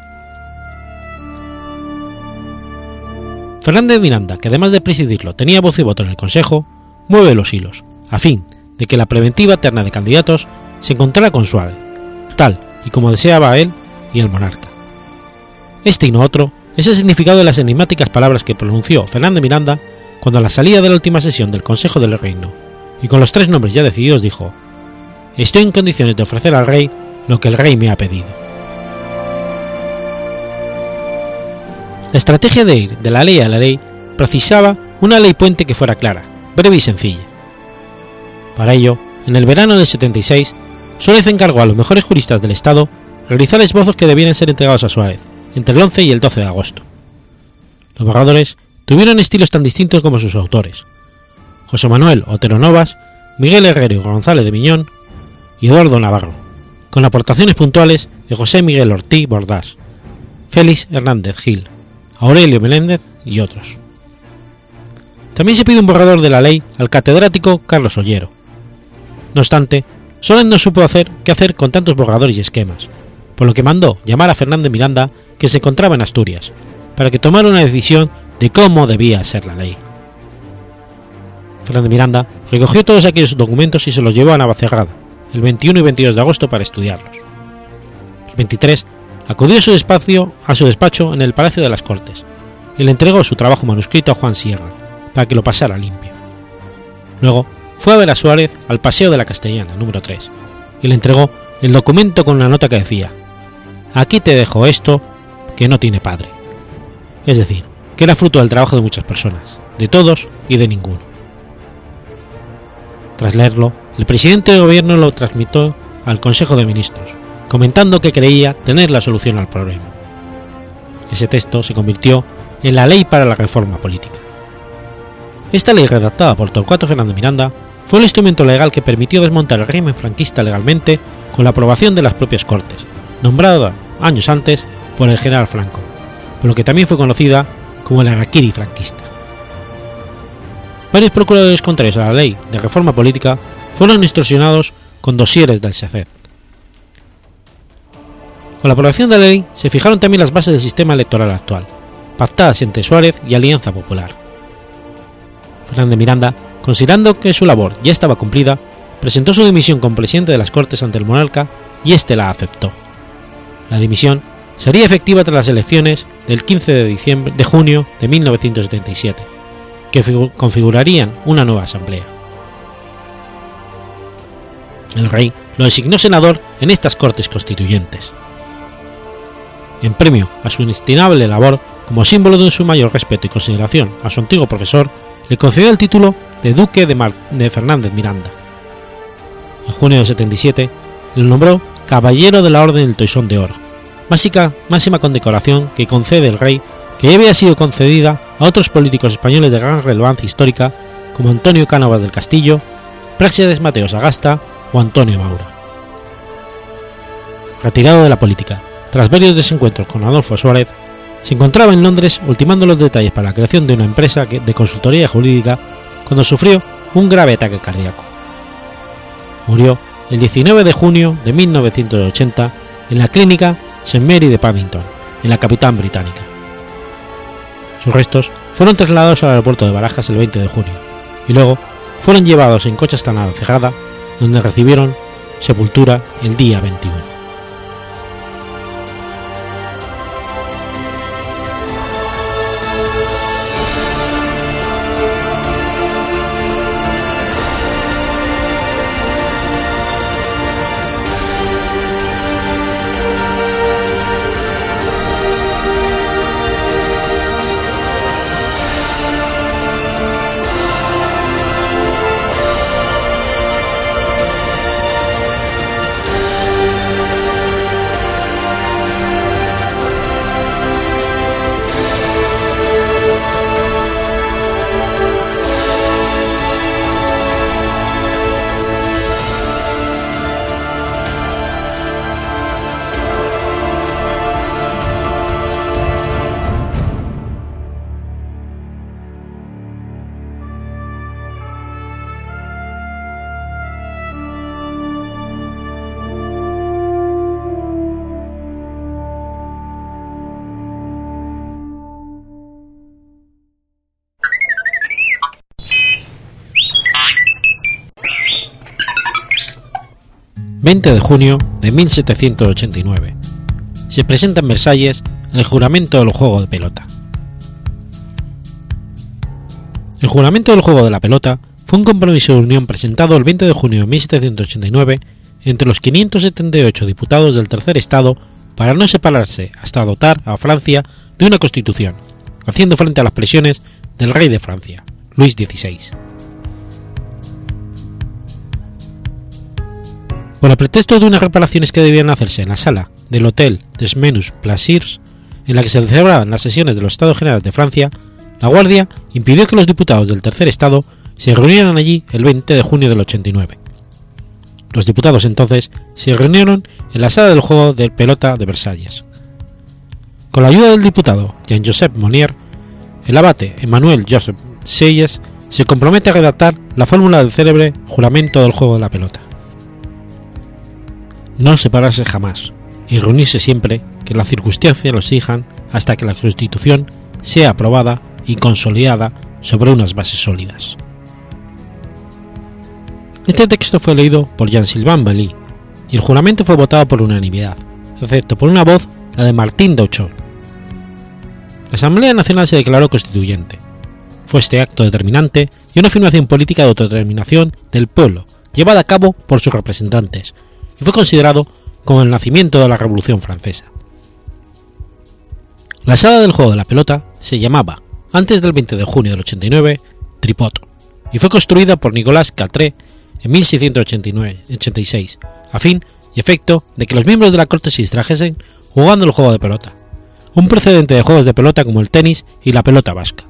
Fernández de Miranda, que además de presidirlo tenía voz y voto en el Consejo, mueve los hilos, a fin de que la preventiva terna de candidatos se encontrara con Suárez, tal y como deseaba él y el monarca. Este y no otro es el significado de las enigmáticas palabras que pronunció Fernández de Miranda cuando a la salida de la última sesión del Consejo del Reino, y con los tres nombres ya decididos, dijo: «Estoy en condiciones de ofrecer al rey lo que el rey me ha pedido». La estrategia de ir de la ley a la ley precisaba una ley puente que fuera clara, breve y sencilla. Para ello, en el verano del setenta y seis, Suárez encargó a los mejores juristas del Estado realizar esbozos que debieran ser entregados a Suárez entre el once y el doce de agosto. Los borradores tuvieron estilos tan distintos como sus autores: José Manuel Otero Novas, Miguel Herrero González de Miñón y Eduardo Navarro, con aportaciones puntuales de José Miguel Ortiz Bordás, Félix Hernández Gil, Aurelio Meléndez y otros. También se pide un borrador de la ley al catedrático Carlos Ollero. No obstante, Suárez no supo hacer qué hacer con tantos borradores y esquemas, por lo que mandó llamar a Fernández Miranda, que se encontraba en Asturias, para que tomara una decisión de cómo debía ser la ley. Fernández Miranda recogió todos aquellos documentos y se los llevó a Navacerrada, el veintiuno y veintidós de agosto, para estudiarlos. El veintitrés acudió a su despacho, a su despacho en el Palacio de las Cortes y le entregó su trabajo manuscrito a Juan Sierra para que lo pasara limpio. Luego fue a ver a Suárez al Paseo de la Castellana, número tres, y le entregó el documento con una nota que decía: «Aquí te dejo esto que no tiene padre». Es decir, que era fruto del trabajo de muchas personas, de todos y de ninguno. Tras leerlo, el presidente del gobierno lo transmitió al Consejo de Ministros, comentando que creía tener la solución al problema. Ese texto se convirtió en la Ley para la Reforma Política. Esta ley, redactada por Torcuato Fernández Miranda, fue el instrumento legal que permitió desmontar el régimen franquista legalmente con la aprobación de las propias Cortes, nombrada años antes por el general Franco, por lo que también fue conocida como el harakiri franquista. Varios procuradores contrarios a la ley de reforma política fueron extorsionados con dosieres del S E C E D. Con la aprobación de la ley se fijaron también las bases del sistema electoral actual, pactadas entre Suárez y Alianza Popular. Fernández Miranda, considerando que su labor ya estaba cumplida, presentó su dimisión como presidente de las Cortes ante el monarca y éste la aceptó. La dimisión sería efectiva tras las elecciones del quince de, diciembre, de junio de mil novecientos setenta y siete, que configurarían una nueva asamblea. El rey lo designó senador en estas Cortes Constituyentes. En premio a su inestimable labor, como símbolo de su mayor respeto y consideración a su antiguo profesor, le concedió el título de Duque de, Mar de Fernández Miranda. En junio de setenta y siete le nombró Caballero de la Orden del Toisón de Oro, máxima, máxima condecoración que concede el rey, que ya había sido concedida a otros políticos españoles de gran relevancia histórica como Antonio Cánovas del Castillo, Práxedes Mateo Sagasta o Antonio Maura. Retirado de la política, tras varios desencuentros con Adolfo Suárez, se encontraba en Londres ultimando los detalles para la creación de una empresa de consultoría jurídica cuando sufrió un grave ataque cardíaco. Murió el diecinueve de junio de mil novecientos ochenta en la clínica Saint Mary de Paddington, en la capital británica. Sus restos fueron trasladados al aeropuerto de Barajas el veinte de junio y luego fueron llevados en coche hasta Navacerrada, donde recibieron sepultura el día veintiuno. veinte de junio de mil setecientos ochenta y nueve. Se presenta en Versalles el juramento del juego de pelota. El juramento del juego de la pelota fue un compromiso de unión presentado el veinte de junio de mil setecientos ochenta y nueve entre los quinientos setenta y ocho diputados del tercer estado para no separarse hasta dotar a Francia de una constitución, haciendo frente a las presiones del rey de Francia, Luis dieciséis. Por el pretexto de unas reparaciones que debían hacerse en la sala del Hotel des Menus Plaisirs, en la que se celebraban las sesiones de los Estados Generales de Francia, la Guardia impidió que los diputados del tercer estado se reunieran allí el veinte de junio del ochenta y nueve. Los diputados entonces se reunieron en la sala del juego de pelota de Versalles. Con la ayuda del diputado Jean-Joseph Monnier, el abate Emmanuel Joseph Seyes se compromete a redactar la fórmula del célebre juramento del juego de la pelota. No separarse jamás y reunirse siempre que las circunstancias lo exijan hasta que la Constitución sea aprobada y consolidada sobre unas bases sólidas. Este texto fue leído por Jean-Sylvain Belly y el juramento fue votado por unanimidad, excepto por una voz, la de Martín d'Auchon. La Asamblea Nacional se declaró constituyente. Fue este acto determinante y una afirmación política de autodeterminación del pueblo, llevada a cabo por sus representantes, y fue considerado como el nacimiento de la Revolución Francesa. La sala del juego de la pelota se llamaba, antes del veinte de junio del ochenta y nueve, Tripot, y fue construida por Nicolas Quatré en mil seiscientos ochenta y seis, a fin y efecto de que los miembros de la corte se distrajesen jugando el juego de pelota, un precedente de juegos de pelota como el tenis y la pelota vasca.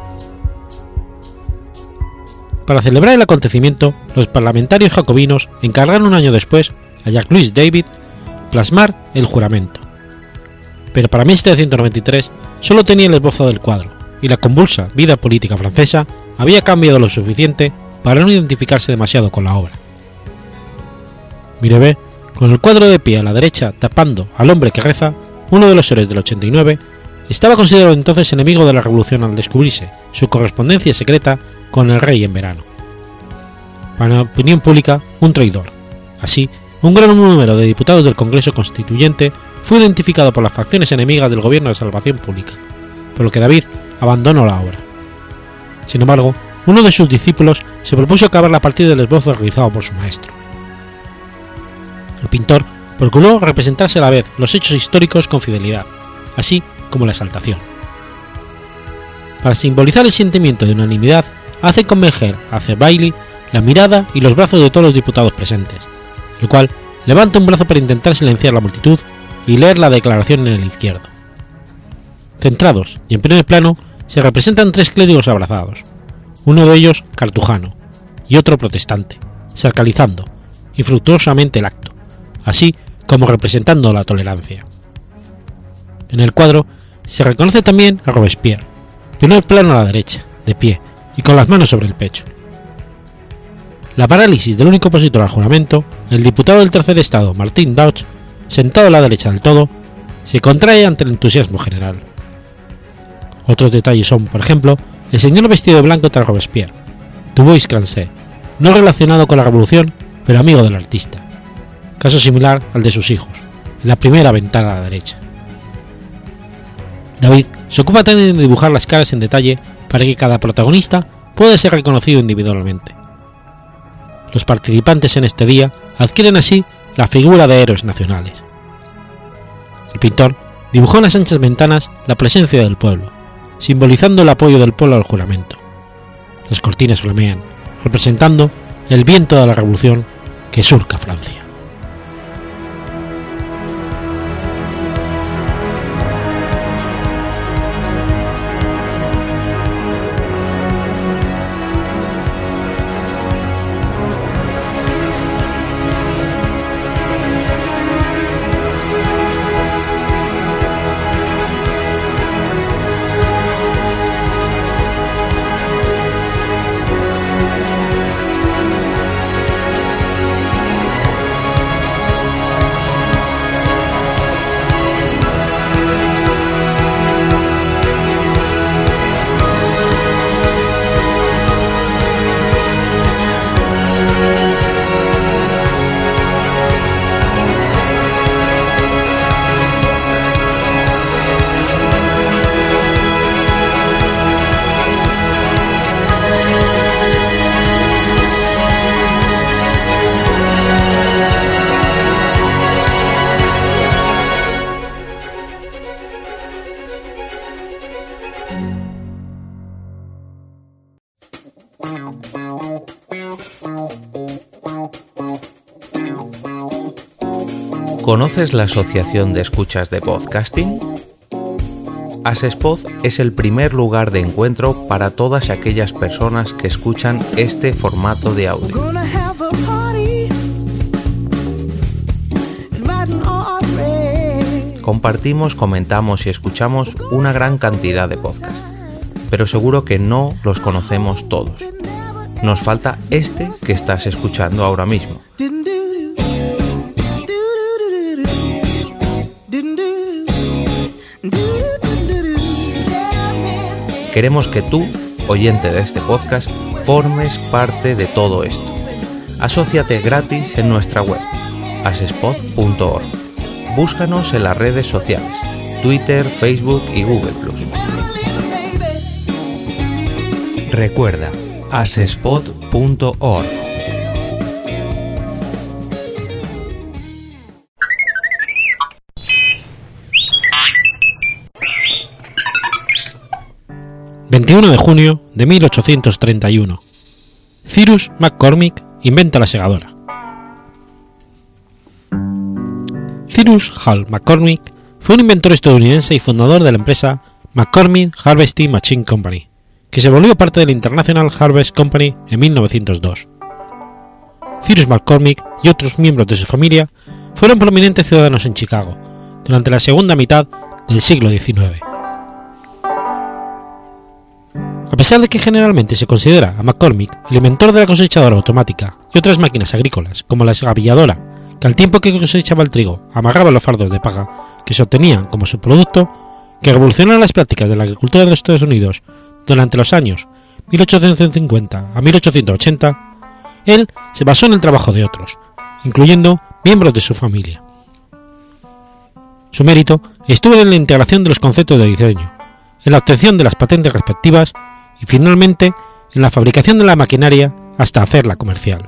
Para celebrar el acontecimiento, los parlamentarios jacobinos encargaron un año después a Jacques-Louis David plasmar el juramento, pero para mil setecientos noventa y tres solo tenía el esbozo del cuadro, y la convulsa vida política francesa había cambiado lo suficiente para no identificarse demasiado con la obra. Mirabeau, con el cuadro de pie a la derecha tapando al hombre que reza, uno de los héroes del ochenta y nueve, estaba considerado entonces enemigo de la revolución al descubrirse su correspondencia secreta con el rey en verano. Para la opinión pública, un traidor. Así, un gran número de diputados del Congreso Constituyente fue identificado por las facciones enemigas del gobierno de salvación pública, por lo que David abandonó la obra. Sin embargo, uno de sus discípulos se propuso acabar a partir del esbozo realizado por su maestro. El pintor procuró representarse a la vez los hechos históricos con fidelidad, así como la exaltación. Para simbolizar el sentimiento de unanimidad, hace converger hacia Bailey la mirada y los brazos de todos los diputados presentes, el cual levanta un brazo para intentar silenciar la multitud y leer la declaración en el izquierdo. Centrados y en primer plano se representan tres clérigos abrazados, uno de ellos cartujano y otro protestante, sacralizando infructuosamente el acto, así como representando la tolerancia. En el cuadro se reconoce también a Robespierre, primer plano a la derecha, de pie y con las manos sobre el pecho. La parálisis del único opositor al juramento, el diputado del tercer estado Martin Dodge, sentado a la derecha del todo, se contrae ante el entusiasmo general. Otros detalles son, por ejemplo, el señor vestido de blanco tras Robespierre, Dubois Crancé, no relacionado con la revolución, pero amigo del artista, caso similar al de sus hijos, en la primera ventana a la derecha. David se ocupa también de dibujar las caras en detalle para que cada protagonista pueda ser reconocido individualmente. Los participantes en este día adquieren así la figura de héroes nacionales. El pintor dibujó en las anchas ventanas la presencia del pueblo, simbolizando el apoyo del pueblo al juramento. Las cortinas flamean, representando el viento de la revolución que surca Francia. ¿Conoces la Asociación de Escuchas de Podcasting? Asespod es el primer lugar de encuentro para todas aquellas personas que escuchan este formato de audio. Compartimos, comentamos y escuchamos una gran cantidad de podcasts, pero seguro que no los conocemos todos. Nos falta este que estás escuchando ahora mismo. Queremos que tú, oyente de este podcast, formes parte de todo esto. Asóciate gratis en nuestra web, asespod punto org. Búscanos en las redes sociales, Twitter, Facebook y Google plus. Recuerda, asespod punto org. veintiuno de junio de mil ochocientos treinta y uno. Cyrus McCormick inventa la segadora. Cyrus Hall McCormick fue un inventor estadounidense y fundador de la empresa McCormick Harvesting Machine Company, que se volvió parte de la International Harvest Company en mil novecientos dos. Cyrus McCormick y otros miembros de su familia fueron prominentes ciudadanos en Chicago durante la segunda mitad del siglo diecinueve. A pesar de que generalmente se considera a McCormick el inventor de la cosechadora automática y otras máquinas agrícolas como la esgavilladora, que al tiempo que cosechaba el trigo amarraba los fardos de paja que se obtenían como su producto, que revolucionaron las prácticas de la agricultura de los Estados Unidos durante los años mil ochocientos cincuenta a mil ochocientos ochenta, él se basó en el trabajo de otros, incluyendo miembros de su familia. Su mérito estuvo en la integración de los conceptos de diseño, en la obtención de las patentes respectivas y finalmente en la fabricación de la maquinaria hasta hacerla comercial.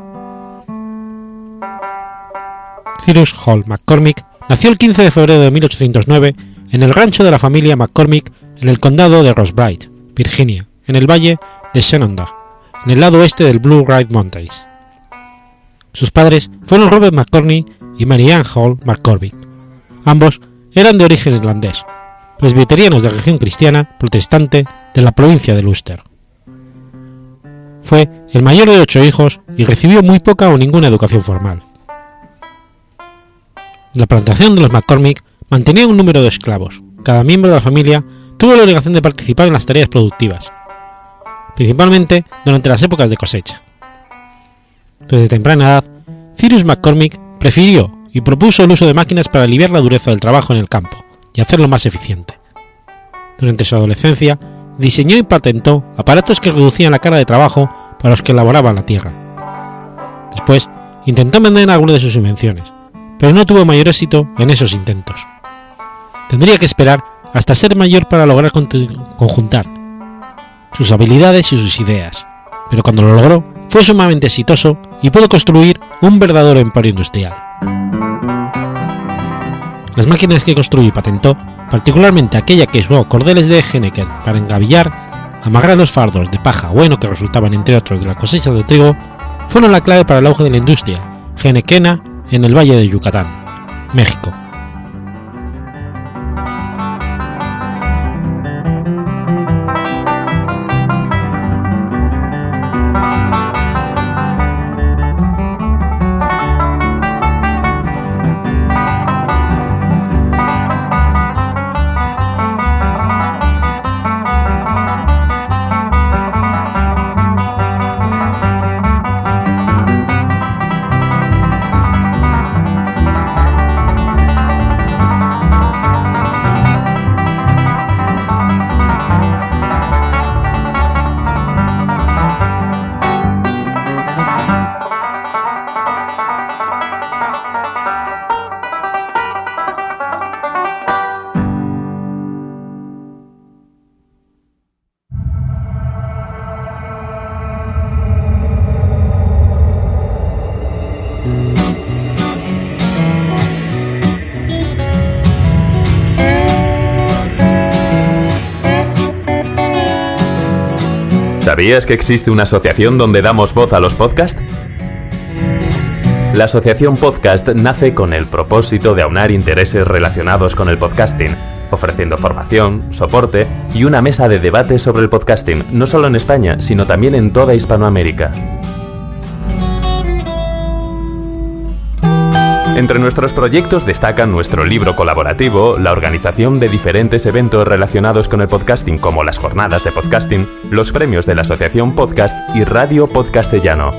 Cyrus Hall McCormick nació el quince de febrero de mil ochocientos nueve en el rancho de la familia McCormick en el condado de Rosebright, Virginia, en el valle de Shenandoah, en el lado oeste del Blue Ridge Mountains. Sus padres fueron Robert McCormick y Mary Ann Hall McCormick. Ambos eran de origen irlandés, presbiterianos de religión cristiana protestante de la provincia de Ulster. Fue el mayor de ocho hijos y recibió muy poca o ninguna educación formal. La plantación de los McCormick mantenía un número de esclavos. Cada miembro de la familia tuvo la obligación de participar en las tareas productivas, principalmente durante las épocas de cosecha. Desde temprana edad, Cyrus McCormick prefirió y propuso el uso de máquinas para aliviar la dureza del trabajo en el campo y hacerlo más eficiente. Durante su adolescencia, diseñó y patentó aparatos que reducían la carga de trabajo para los que laboraban la tierra. Después, intentó vender algunas de sus invenciones, pero no tuvo mayor éxito en esos intentos. Tendría que esperar hasta ser mayor para lograr conjuntar sus habilidades y sus ideas, pero cuando lo logró fue sumamente exitoso y pudo construir un verdadero emporio industrial. Las máquinas que construyó y patentó, particularmente aquella que usó cordeles de Henneken para engavillar, amarrar los fardos de paja o heno que resultaban entre otros de la cosecha de trigo, fueron la clave para el auge de la industria hennekena en el Valle de Yucatán, México. ¿Sabías que existe una asociación donde damos voz a los podcasts? La Asociación Podcast nace con el propósito de aunar intereses relacionados con el podcasting, ofreciendo formación, soporte y una mesa de debate sobre el podcasting, no solo en España, sino también en toda Hispanoamérica. Entre nuestros proyectos destacan nuestro libro colaborativo, la organización de diferentes eventos relacionados con el podcasting como las jornadas de podcasting, los premios de la Asociación Podcast y Radio Podcastellano.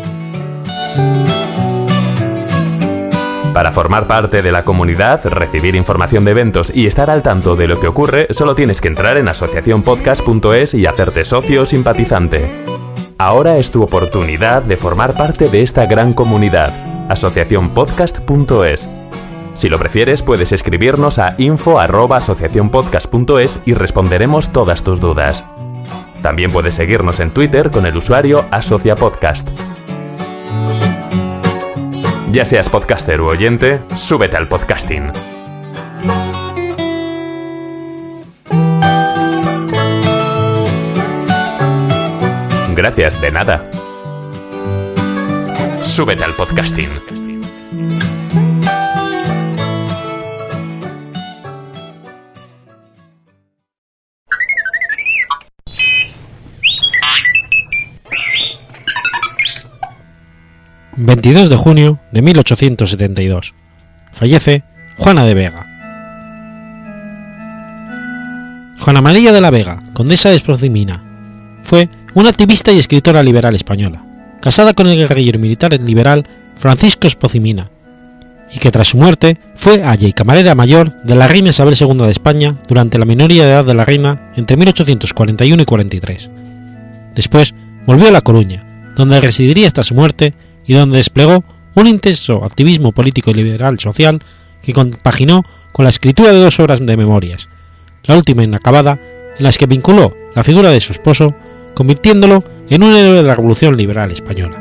Para formar parte de la comunidad, recibir información de eventos y estar al tanto de lo que ocurre, solo tienes que entrar en asociación podcast punto es y hacerte socio o simpatizante. Ahora es tu oportunidad de formar parte de esta gran comunidad. asociación podcast punto es. Si lo prefieres, puedes escribirnos a info arroba asociación podcast punto es y responderemos todas tus dudas. También puedes seguirnos en Twitter con el usuario asociapodcast. Ya seas podcaster u oyente, súbete al podcasting. Gracias, de nada. Súbete al podcasting. veintidós de junio de mil ochocientos setenta y dos. Fallece Juana de Vega. Juana María de la Vega, condesa de Espozimina, fue una activista y escritora liberal española, casada con el guerrillero militar liberal Francisco Espozimina, y que tras su muerte fue aya y camarera mayor de la reina Isabel segunda de España durante la minoría de edad de la reina entre mil ochocientos cuarenta y uno y cuarenta y tres. Después volvió a La Coruña, donde residiría hasta su muerte y donde desplegó un intenso activismo político y liberal social que compaginó con la escritura de dos obras de memorias, la última inacabada, en las que vinculó la figura de su esposo, convirtiéndolo en un héroe de la Revolución Liberal Española.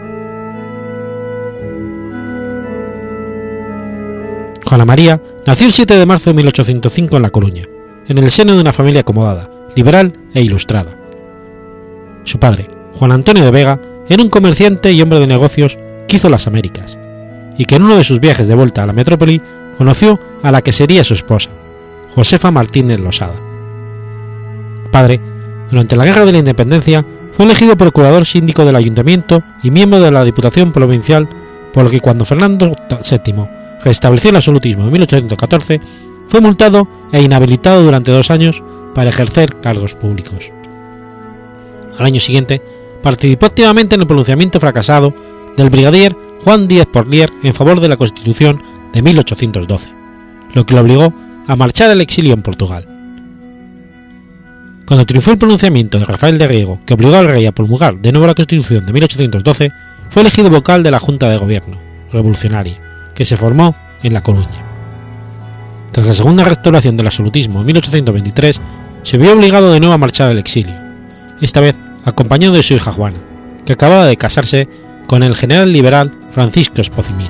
Juana María nació el siete de marzo de mil ochocientos cinco en La Coruña, en el seno de una familia acomodada, liberal e ilustrada. Su padre, Juan Antonio de Vega, era un comerciante y hombre de negocios que hizo las Américas, y que en uno de sus viajes de vuelta a la metrópoli conoció a la que sería su esposa, Josefa Martínez Losada. Padre, durante la Guerra de la Independencia, fue elegido procurador síndico del Ayuntamiento y miembro de la Diputación Provincial, por lo que cuando Fernando séptimo restableció el absolutismo en mil ochocientos catorce, fue multado e inhabilitado durante dos años para ejercer cargos públicos. Al año siguiente, participó activamente en el pronunciamiento fracasado del brigadier Juan Díez Porlier en favor de la Constitución de mil ochocientos doce, lo que lo obligó a marchar al exilio en Portugal. Cuando triunfó el pronunciamiento de Rafael de Riego, que obligó al rey a promulgar de nuevo la Constitución de mil ochocientos doce, fue elegido vocal de la Junta de Gobierno revolucionaria, que se formó en La Coruña. Tras la segunda restauración del absolutismo en mil ochocientos veintitrés, se vio obligado de nuevo a marchar al exilio, esta vez acompañado de su hija Juana, que acababa de casarse con el general liberal Francisco Espozimina.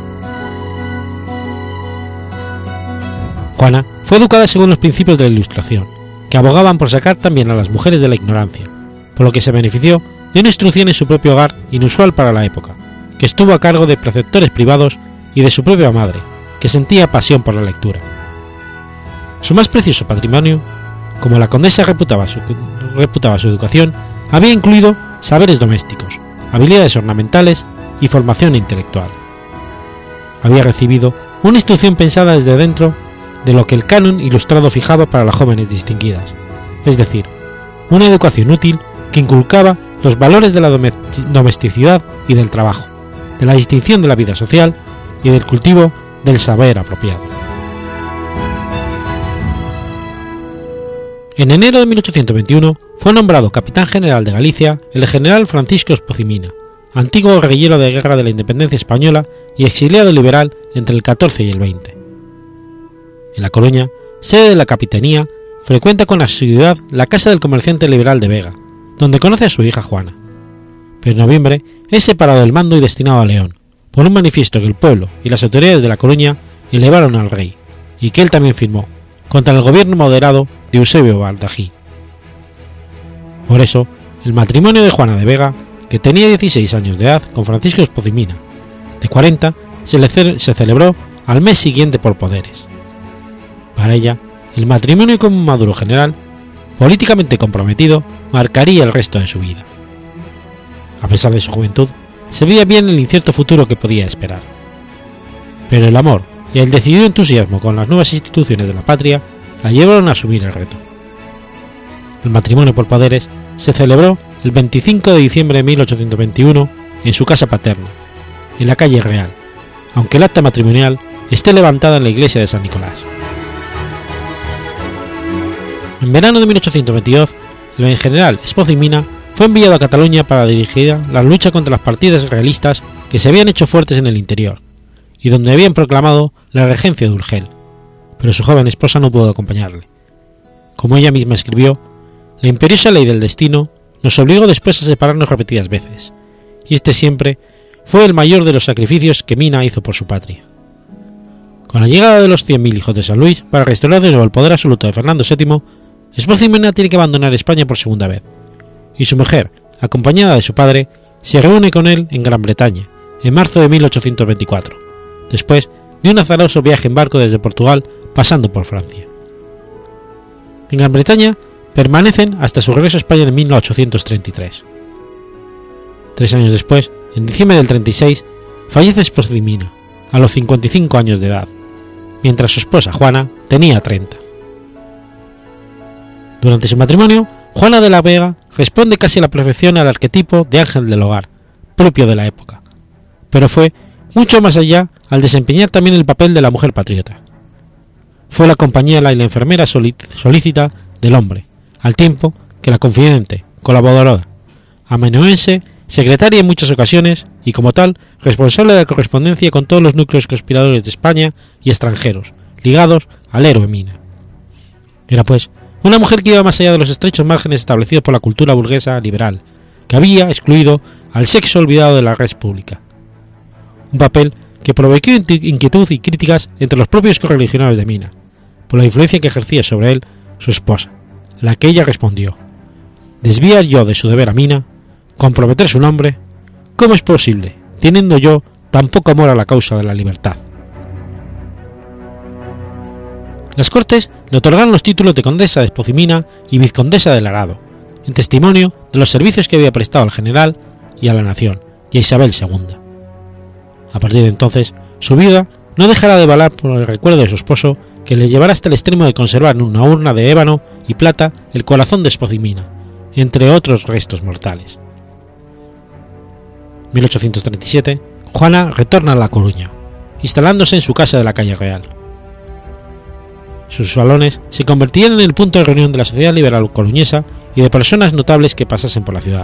Juana fue educada según los principios de la Ilustración, que abogaban por sacar también a las mujeres de la ignorancia, por lo que se benefició de una instrucción en su propio hogar inusual para la época, que estuvo a cargo de preceptores privados y de su propia madre, que sentía pasión por la lectura. Su más precioso patrimonio, como la condesa reputaba su, reputaba su educación, había incluido saberes domésticos, habilidades ornamentales y formación intelectual. Había recibido una instrucción pensada desde dentro de lo que el canon ilustrado fijaba para las jóvenes distinguidas, es decir, una educación útil que inculcaba los valores de la domesticidad y del trabajo, de la distinción de la vida social y del cultivo del saber apropiado. En enero de mil ochocientos veintiuno fue nombrado capitán general de Galicia el general Francisco Espozimina, antiguo guerrillero de guerra de la independencia española y exiliado liberal entre el catorce y el veinte. En La Coruña, sede de la capitanía, frecuenta con asiduidad la casa del comerciante liberal de Vega, donde conoce a su hija Juana. Pero en noviembre es separado del mando y destinado a León, por un manifiesto que el pueblo y las autoridades de La Coruña elevaron al rey, y que él también firmó, contra el gobierno moderado de Eusebio Baldají. Por eso, el matrimonio de Juana de Vega, que tenía dieciséis años de edad con Francisco Espozimina, de cuarenta, se, le ce- se celebró al mes siguiente por poderes. Para ella, el matrimonio con un maduro general, políticamente comprometido, marcaría el resto de su vida. A pesar de su juventud, se veía bien el incierto futuro que podía esperar. Pero el amor y el decidido entusiasmo con las nuevas instituciones de la patria la llevaron a asumir el reto. El matrimonio por poderes se celebró el veinticinco de diciembre de mil ochocientos veintiuno en su casa paterna, en la calle Real, aunque el acta matrimonial esté levantada en la iglesia de San Nicolás. En verano de mil ochocientos veintidós, el general Espozimina fue enviado a Cataluña para dirigir la lucha contra las partidas realistas que se habían hecho fuertes en el interior, y donde habían proclamado la regencia de Urgel, pero su joven esposa no pudo acompañarle. Como ella misma escribió, la imperiosa ley del destino nos obligó después a separarnos repetidas veces, y este siempre fue el mayor de los sacrificios que Mina hizo por su patria. Con la llegada de los cien mil hijos de San Luis para restaurar de nuevo el poder absoluto de Fernando séptimo, Espozimina tiene que abandonar España por segunda vez, y su mujer, acompañada de su padre, se reúne con él en Gran Bretaña, en marzo de mil ochocientos veinticuatro, después de un azaroso viaje en barco desde Portugal pasando por Francia. En Gran Bretaña permanecen hasta su regreso a España en mil ochocientos treinta y tres. Tres años después, en diciembre del treinta y seis, fallece Sposimina, a los cincuenta y cinco años de edad, mientras su esposa Juana tenía treinta. Durante su matrimonio, Juana de la Vega responde casi a la perfección al arquetipo de ángel del hogar, propio de la época, pero fue mucho más allá al desempeñar también el papel de la mujer patriota. Fue la compañera y la enfermera solícita del hombre, al tiempo que la confidente, colaboradora, amanuense, secretaria en muchas ocasiones y como tal responsable de la correspondencia con todos los núcleos conspiradores de España y extranjeros ligados al héroe Mina. Era pues una mujer que iba más allá de los estrechos márgenes establecidos por la cultura burguesa liberal, que había excluido al sexo olvidado de la red pública. Un papel que provocó inquietud y críticas entre los propios correligionarios de Mina, por la influencia que ejercía sobre él su esposa, a la que ella respondió: ¿desviar yo de su deber a Mina? ¿Comprometer su nombre? ¿Cómo es posible, teniendo yo tan poco amor a la causa de la libertad? Las Cortes le otorgaron los títulos de Condesa de Espozimina y Vizcondesa del Arado, en testimonio de los servicios que había prestado al general y a la nación, y a Isabel segunda. A partir de entonces, su vida no dejará de valar por el recuerdo de su esposo, que le llevará hasta el extremo de conservar en una urna de ébano y plata el corazón de Espozimina, entre otros restos mortales. mil ochocientos treinta y siete, Juana retorna a La Coruña, instalándose en su casa de la calle Real. Sus salones se convertían en el punto de reunión de la sociedad liberal coruñesa y de personas notables que pasasen por la ciudad.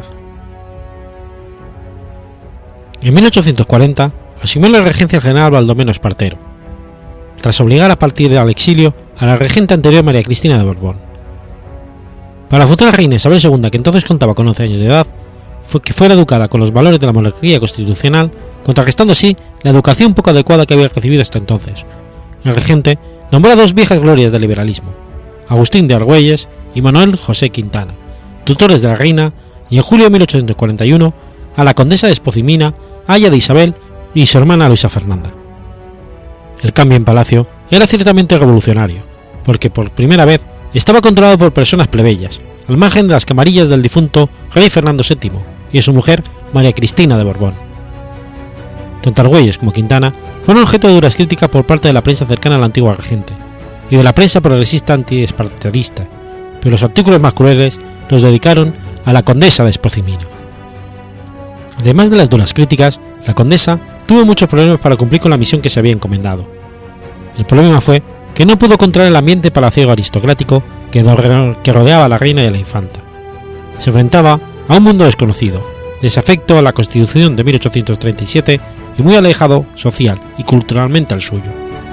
En mil ochocientos cuarenta asumió la regencia el general Baldomero Espartero, tras obligar a partir al exilio a la regente anterior María Cristina de Borbón. Para la futura reina Isabel segunda, que entonces contaba con once años de edad, fue que fuera educada con los valores de la monarquía constitucional, contrarrestando así la educación poco adecuada que había recibido hasta entonces. El regente nombró a dos viejas glorias del liberalismo, Agustín de Argüelles y Manuel José Quintana, tutores de la reina, y en julio de mil ochocientos cuarenta y uno a la condesa de Espozimina, aya de Isabel, y su hermana Luisa Fernanda. El cambio en palacio era ciertamente revolucionario, porque por primera vez estaba controlado por personas plebeyas, al margen de las camarillas del difunto rey Fernando séptimo y de su mujer María Cristina de Borbón. Tanto Argüelles como Quintana fueron objeto de duras críticas por parte de la prensa cercana a la antigua regente y de la prensa progresista anti-esparterista, pero los artículos más crueles los dedicaron a la condesa de Espozimina. Además de las duras críticas, la condesa tuvo muchos problemas para cumplir con la misión que se había encomendado. El problema fue que no pudo controlar el ambiente palaciego aristocrático que rodeaba a la reina y a la infanta. Se enfrentaba a un mundo desconocido, desafecto a la Constitución de mil ochocientos treinta y siete y muy alejado social y culturalmente al suyo.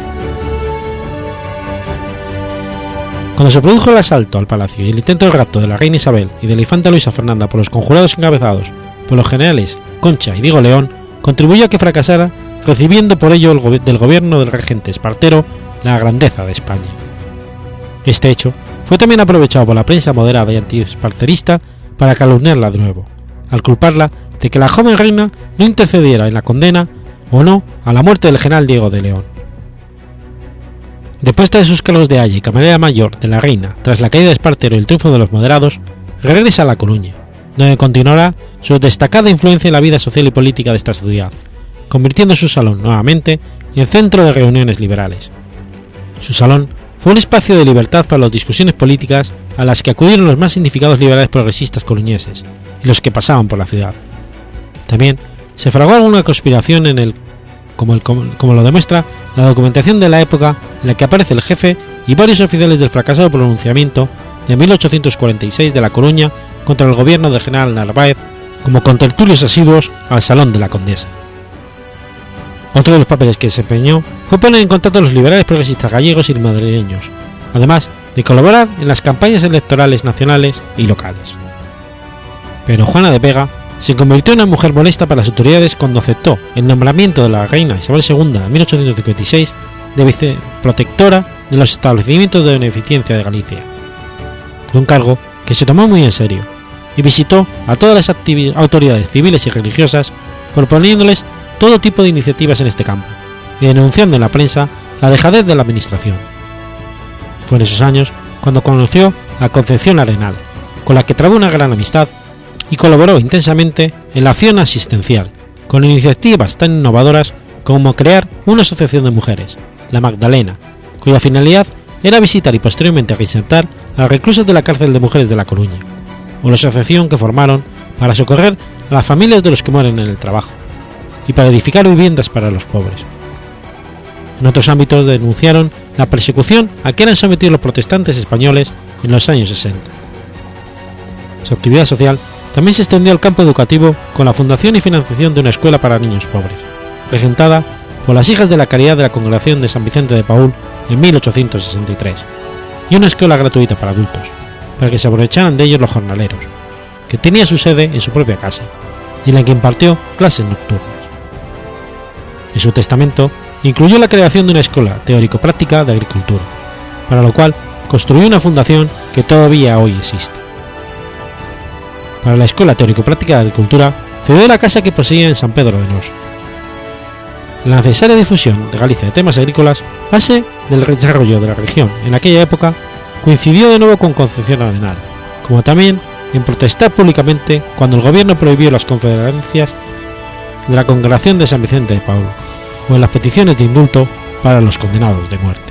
Cuando se produjo el asalto al palacio y el intento de rapto de la reina Isabel y de la infanta Luisa Fernanda por los conjurados encabezados por los generales Concha y Diego León, contribuyó a que fracasara, recibiendo por ello el go- del gobierno del regente Espartero la grandeza de España. Este hecho fue también aprovechado por la prensa moderada y antiesparterista para calumniarla de nuevo, al culparla de que la joven reina no intercediera en la condena o no a la muerte del general Diego de León. Depuesta de sus cargos de aya y camarera mayor de la reina tras la caída de Espartero y el triunfo de los moderados, regresa a La Coruña, donde continuará su destacada influencia en la vida social y política de esta ciudad, convirtiendo su salón nuevamente en centro de reuniones liberales. Su salón fue un espacio de libertad para las discusiones políticas a las que acudieron los más significados liberales progresistas coruñeses y los que pasaban por la ciudad. También se fraguó alguna conspiración en el como, el, como lo demuestra la documentación de la época en la que aparece el jefe y varios oficiales del fracasado pronunciamiento de mil ochocientos cuarenta y seis de La Coruña contra el gobierno del general Narváez como contertulios asiduos al Salón de la Condesa. Otro de los papeles que desempeñó fue poner en contacto a los liberales progresistas gallegos y madrileños, además de colaborar en las campañas electorales nacionales y locales. Pero Juana de Vega se convirtió en una mujer molesta para las autoridades cuando aceptó el nombramiento de la reina Isabel segunda en mil ochocientos cincuenta y seis de viceprotectora de los establecimientos de beneficencia de Galicia. Fue un cargo que se tomó muy en serio y visitó a todas las autoridades civiles y religiosas proponiéndoles todo tipo de iniciativas en este campo y denunciando en la prensa la dejadez de la administración. Fue en esos años cuando conoció a Concepción Arenal, con la que trabó una gran amistad y colaboró intensamente en la acción asistencial, con iniciativas tan innovadoras como crear una asociación de mujeres, la Magdalena, cuya finalidad era visitar y posteriormente reinsertar a reclusas de la cárcel de mujeres de La Coruña, o la asociación que formaron para socorrer a las familias de los que mueren en el trabajo, y para edificar viviendas para los pobres. En otros ámbitos denunciaron la persecución a que eran sometidos los protestantes españoles en los años sesenta. Su actividad social también se extendió al campo educativo con la fundación y financiación de una escuela para niños pobres, regentada por las Hijas de la Caridad de la Congregación de San Vicente de Paúl en mil ochocientos sesenta y tres, y una escuela gratuita para adultos, para que se aprovecharan de ellos los jornaleros, que tenía su sede en su propia casa, y en la que impartió clases nocturnas. En su testamento incluyó la creación de una escuela teórico-práctica de agricultura, para lo cual construyó una fundación que todavía hoy existe. Para la Escuela Teórico-Práctica de Agricultura cedió la casa que poseía en San Pedro de Nos. La necesaria difusión de Galicia de temas agrícolas, base del desarrollo de la región en aquella época, coincidió de nuevo con Concepción Arenal, como también en protestar públicamente cuando el gobierno prohibió las conferencias de la Congregación de San Vicente de Paúl, o en las peticiones de indulto para los condenados de muerte.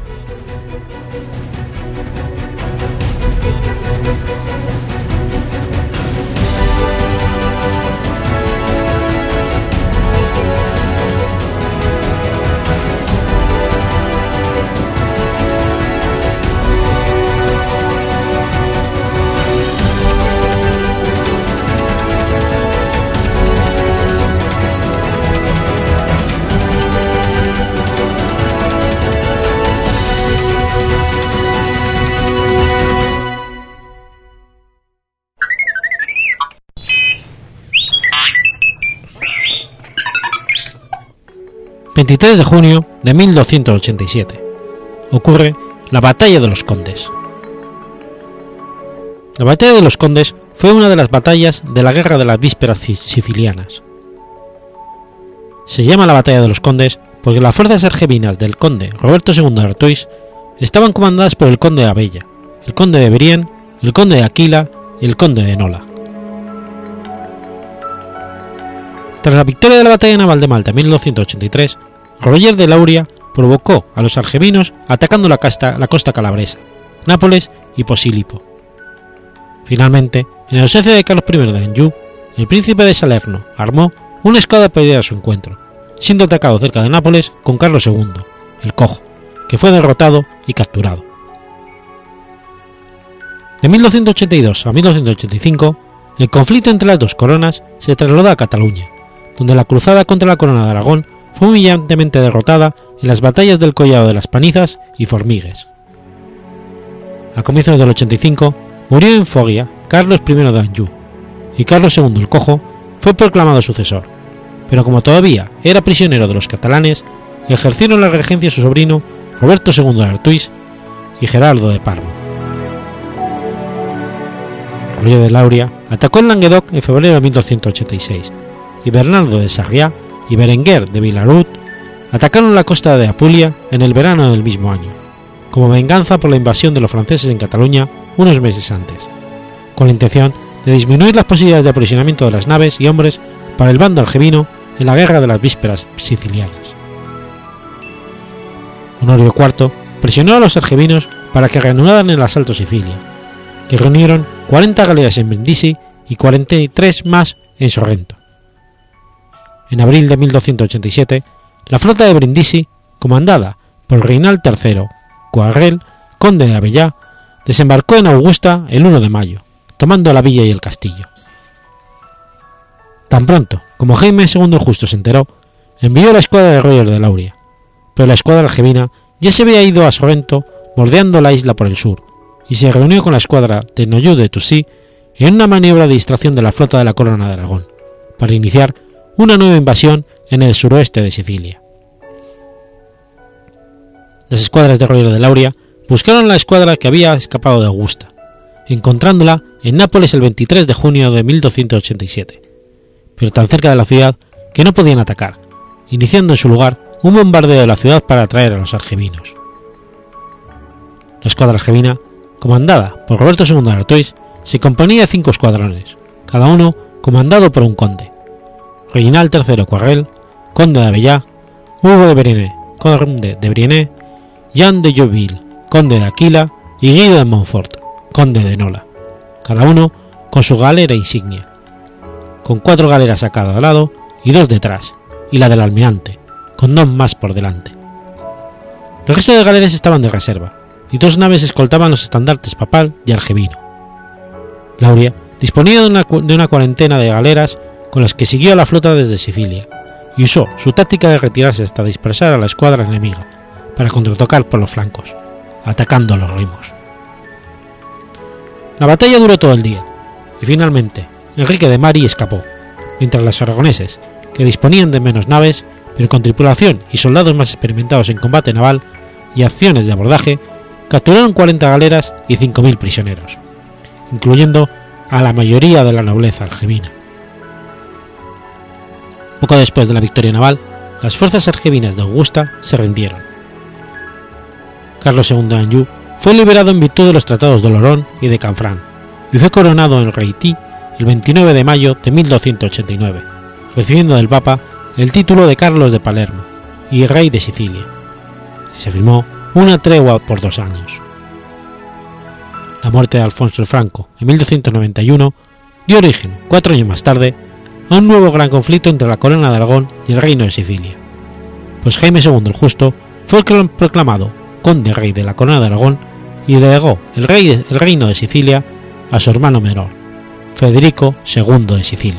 veintitrés de junio de mil doscientos ochenta y siete. Ocurre la Batalla de los Condes. La Batalla de los Condes fue una de las batallas de la Guerra de las Vísperas Sicilianas. Se llama la Batalla de los Condes porque las fuerzas argevinas del conde Roberto segundo de Artois estaban comandadas por el conde de Abella, el conde de Brienne, el conde de Aquila y el conde de Nola. Tras la victoria de la batalla naval de Malta en mil doscientos ochenta y tres, Roger de Lauria provocó a los argevinos atacando la costa, la costa calabresa, Nápoles y Posílipo. Finalmente, en el ausencia de Carlos primero de Anjou, el príncipe de Salerno armó una escuadra para ir a su encuentro, siendo atacado cerca de Nápoles con Carlos segundo, el Cojo, que fue derrotado y capturado. De mil doscientos ochenta y dos a mil doscientos ochenta y cinco, el conflicto entre las dos coronas se trasladó a Cataluña, donde la cruzada contra la corona de Aragón fue humillantemente derrotada en las batallas del Collado de las Panizas y Formigues. A comienzos del ochenta y cinco murió en Fogia Carlos primero de Anjou, y Carlos segundo el Cojo fue proclamado sucesor, pero como todavía era prisionero de los catalanes, ejercieron la regencia su sobrino Roberto segundo de Artois y Gerardo de Parma. Roger de Lauria atacó en Languedoc en febrero de mil doscientos ochenta y seis, y Bernardo de Sarriá y Berenguer de Vilarut atacaron la costa de Apulia en el verano del mismo año, como venganza por la invasión de los franceses en Cataluña unos meses antes, con la intención de disminuir las posibilidades de aprovisionamiento de las naves y hombres para el bando argevino en la Guerra de las Vísperas Sicilianas. Honorio cuarto presionó a los argevinos para que reanudaran el asalto a Sicilia, que reunieron cuarenta galeras en Brindisi y cuarenta y tres más en Sorrento. En abril de mil doscientos ochenta y siete, la flota de Brindisi, comandada por Reinald tercero Coarrel, conde de Abellá, desembarcó en Augusta el uno de mayo, tomando la villa y el castillo. Tan pronto como Jaime segundo el Justo se enteró, envió la escuadra de Roger de Lauria, pero la escuadra argevina ya se había ido a Sorrento bordeando la isla por el sur, y se reunió con la escuadra de Noyou de Toucy en una maniobra de distracción de la flota de la corona de Aragón, para iniciar una nueva invasión en el suroeste de Sicilia. Las escuadras de Roger de Lauria buscaron la escuadra que había escapado de Augusta, encontrándola en Nápoles el veintitrés de junio de mil doscientos ochenta y siete, pero tan cerca de la ciudad que no podían atacar, iniciando en su lugar un bombardeo de la ciudad para atraer a los argevinos. La escuadra argevina, comandada por Roberto segundo de Artois, se componía de cinco escuadrones, cada uno comandado por un conde: Reginald tercero Coirel, conde de Abellá, Hugo de Brienne, conde de Brienne, Jean de Joinville, conde de Aquila, y Guido de Montfort, conde de Nola, cada uno con su galera insignia, con cuatro galeras a cada lado y dos detrás, y la del almirante, con dos más por delante. El resto de galeras estaban de reserva, y dos naves escoltaban los estandartes papal y argevino. Lauria disponía de una, de una cuarentena de galeras con las que siguió a la flota desde Sicilia, y usó su táctica de retirarse hasta dispersar a la escuadra enemiga, para contraatacar por los flancos, atacando a los rimos. La batalla duró todo el día, y finalmente Enrique de Mari escapó, mientras los aragoneses, que disponían de menos naves, pero con tripulación y soldados más experimentados en combate naval y acciones de abordaje, capturaron cuarenta galeras y cinco mil prisioneros, incluyendo a la mayoría de la nobleza argevina. Poco después de la victoria naval, las fuerzas argevinas de Augusta se rindieron. Carlos segundo de Anjou fue liberado en virtud de los tratados de Lorón y de Canfranc, y fue coronado en Haití el veintinueve de mayo de mil doscientos ochenta y nueve, recibiendo del Papa el título de Carlos de Palermo y rey de Sicilia. Se firmó una tregua por dos años. La muerte de Alfonso el Franco en mil doscientos noventa y uno dio origen, cuatro años más tarde, a un nuevo gran conflicto entre la corona de Aragón y el reino de Sicilia, pues Jaime segundo el Justo fue proclamado conde rey de la corona de Aragón y delegó el, rey, el reino de Sicilia a su hermano menor, Federico segundo de Sicilia.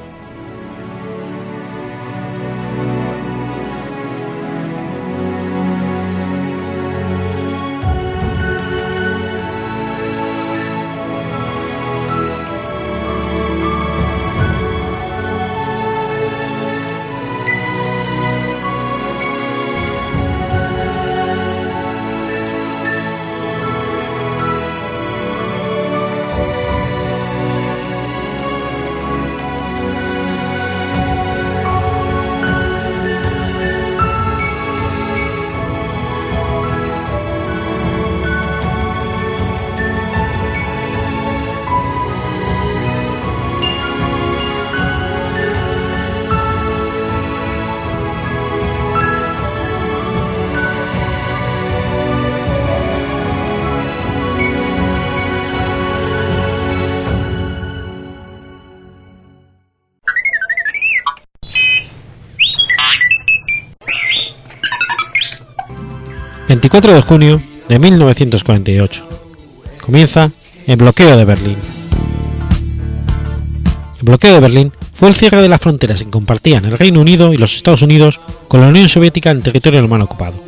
veinticuatro de junio de mil novecientos cuarenta y ocho. Comienza el bloqueo de Berlín. El bloqueo de Berlín fue el cierre de las fronteras que compartían el Reino Unido y los Estados Unidos con la Unión Soviética en territorio alemán ocupado.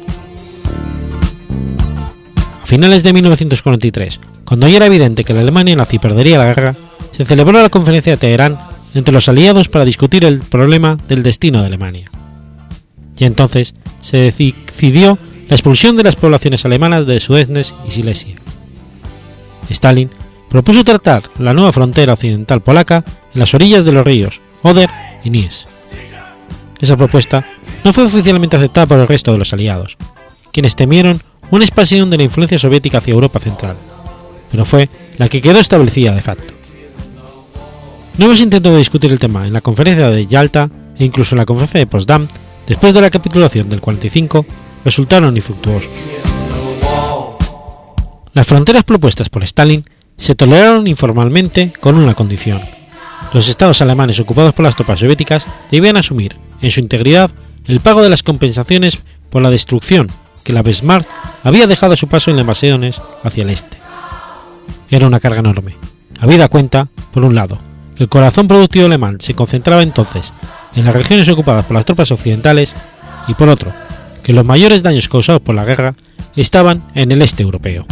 A finales de mil novecientos cuarenta y tres, cuando ya era evidente que la Alemania nazi perdería la guerra, se celebró la conferencia de Teherán entre los aliados para discutir el problema del destino de Alemania. Y entonces se decidió la expulsión de las poblaciones alemanas de Sudesnes y Silesia. Stalin propuso tratar la nueva frontera occidental polaca en las orillas de los ríos Oder y Nies. Esa propuesta no fue oficialmente aceptada por el resto de los aliados, quienes temieron una expansión de la influencia soviética hacia Europa Central, pero fue la que quedó establecida de facto. Nuevos intentos de discutir el tema en la conferencia de Yalta e incluso en la conferencia de Potsdam, después de la capitulación del cuarenta y cinco, resultaron infructuosos. Las fronteras propuestas por Stalin se toleraron informalmente con una condición: los estados alemanes ocupados por las tropas soviéticas debían asumir, en su integridad, el pago de las compensaciones por la destrucción que la Wehrmacht había dejado a su paso en las invasiones hacia el este. Era una carga enorme, habida cuenta, por un lado, que el corazón productivo alemán se concentraba entonces en las regiones ocupadas por las tropas occidentales, y por otro, que los mayores daños causados por la guerra estaban en el este europeo.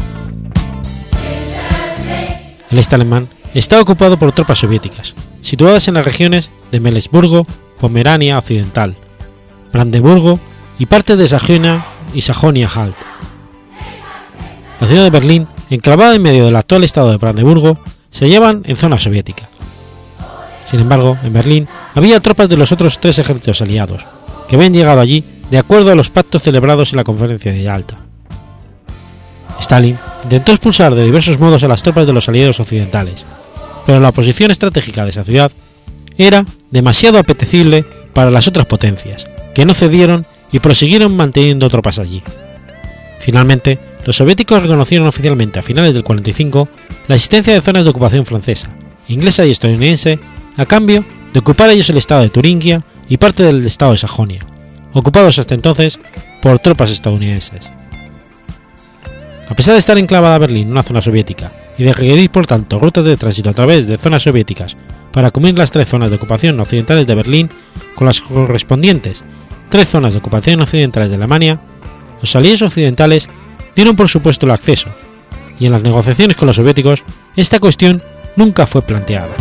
El este alemán estaba ocupado por tropas soviéticas, situadas en las regiones de Mecklemburgo, Pomerania Occidental, Brandeburgo y parte de Sajonia y Sajonia-Anhalt. La ciudad de Berlín, enclavada en medio del actual estado de Brandeburgo, se hallaban en zona soviética. Sin embargo, en Berlín había tropas de los otros tres ejércitos aliados, que habían llegado allí de acuerdo a los pactos celebrados en la conferencia de Yalta. Stalin intentó expulsar de diversos modos a las tropas de los aliados occidentales, pero la posición estratégica de esa ciudad era demasiado apetecible para las otras potencias, que no cedieron y prosiguieron manteniendo tropas allí. Finalmente, los soviéticos reconocieron oficialmente a finales del cuarenta y cinco la existencia de zonas de ocupación francesa, inglesa y estadounidense a cambio de ocupar ellos el estado de Turingia y parte del estado de Sajonia, ocupados hasta entonces por tropas estadounidenses. A pesar de estar enclavada Berlín, una zona soviética, y de requerir por tanto rutas de tránsito a través de zonas soviéticas para cubrir las tres zonas de ocupación occidentales de Berlín con las correspondientes tres zonas de ocupación occidentales de Alemania, los aliados occidentales dieron por supuesto el acceso, y en las negociaciones con los soviéticos esta cuestión nunca fue planteada.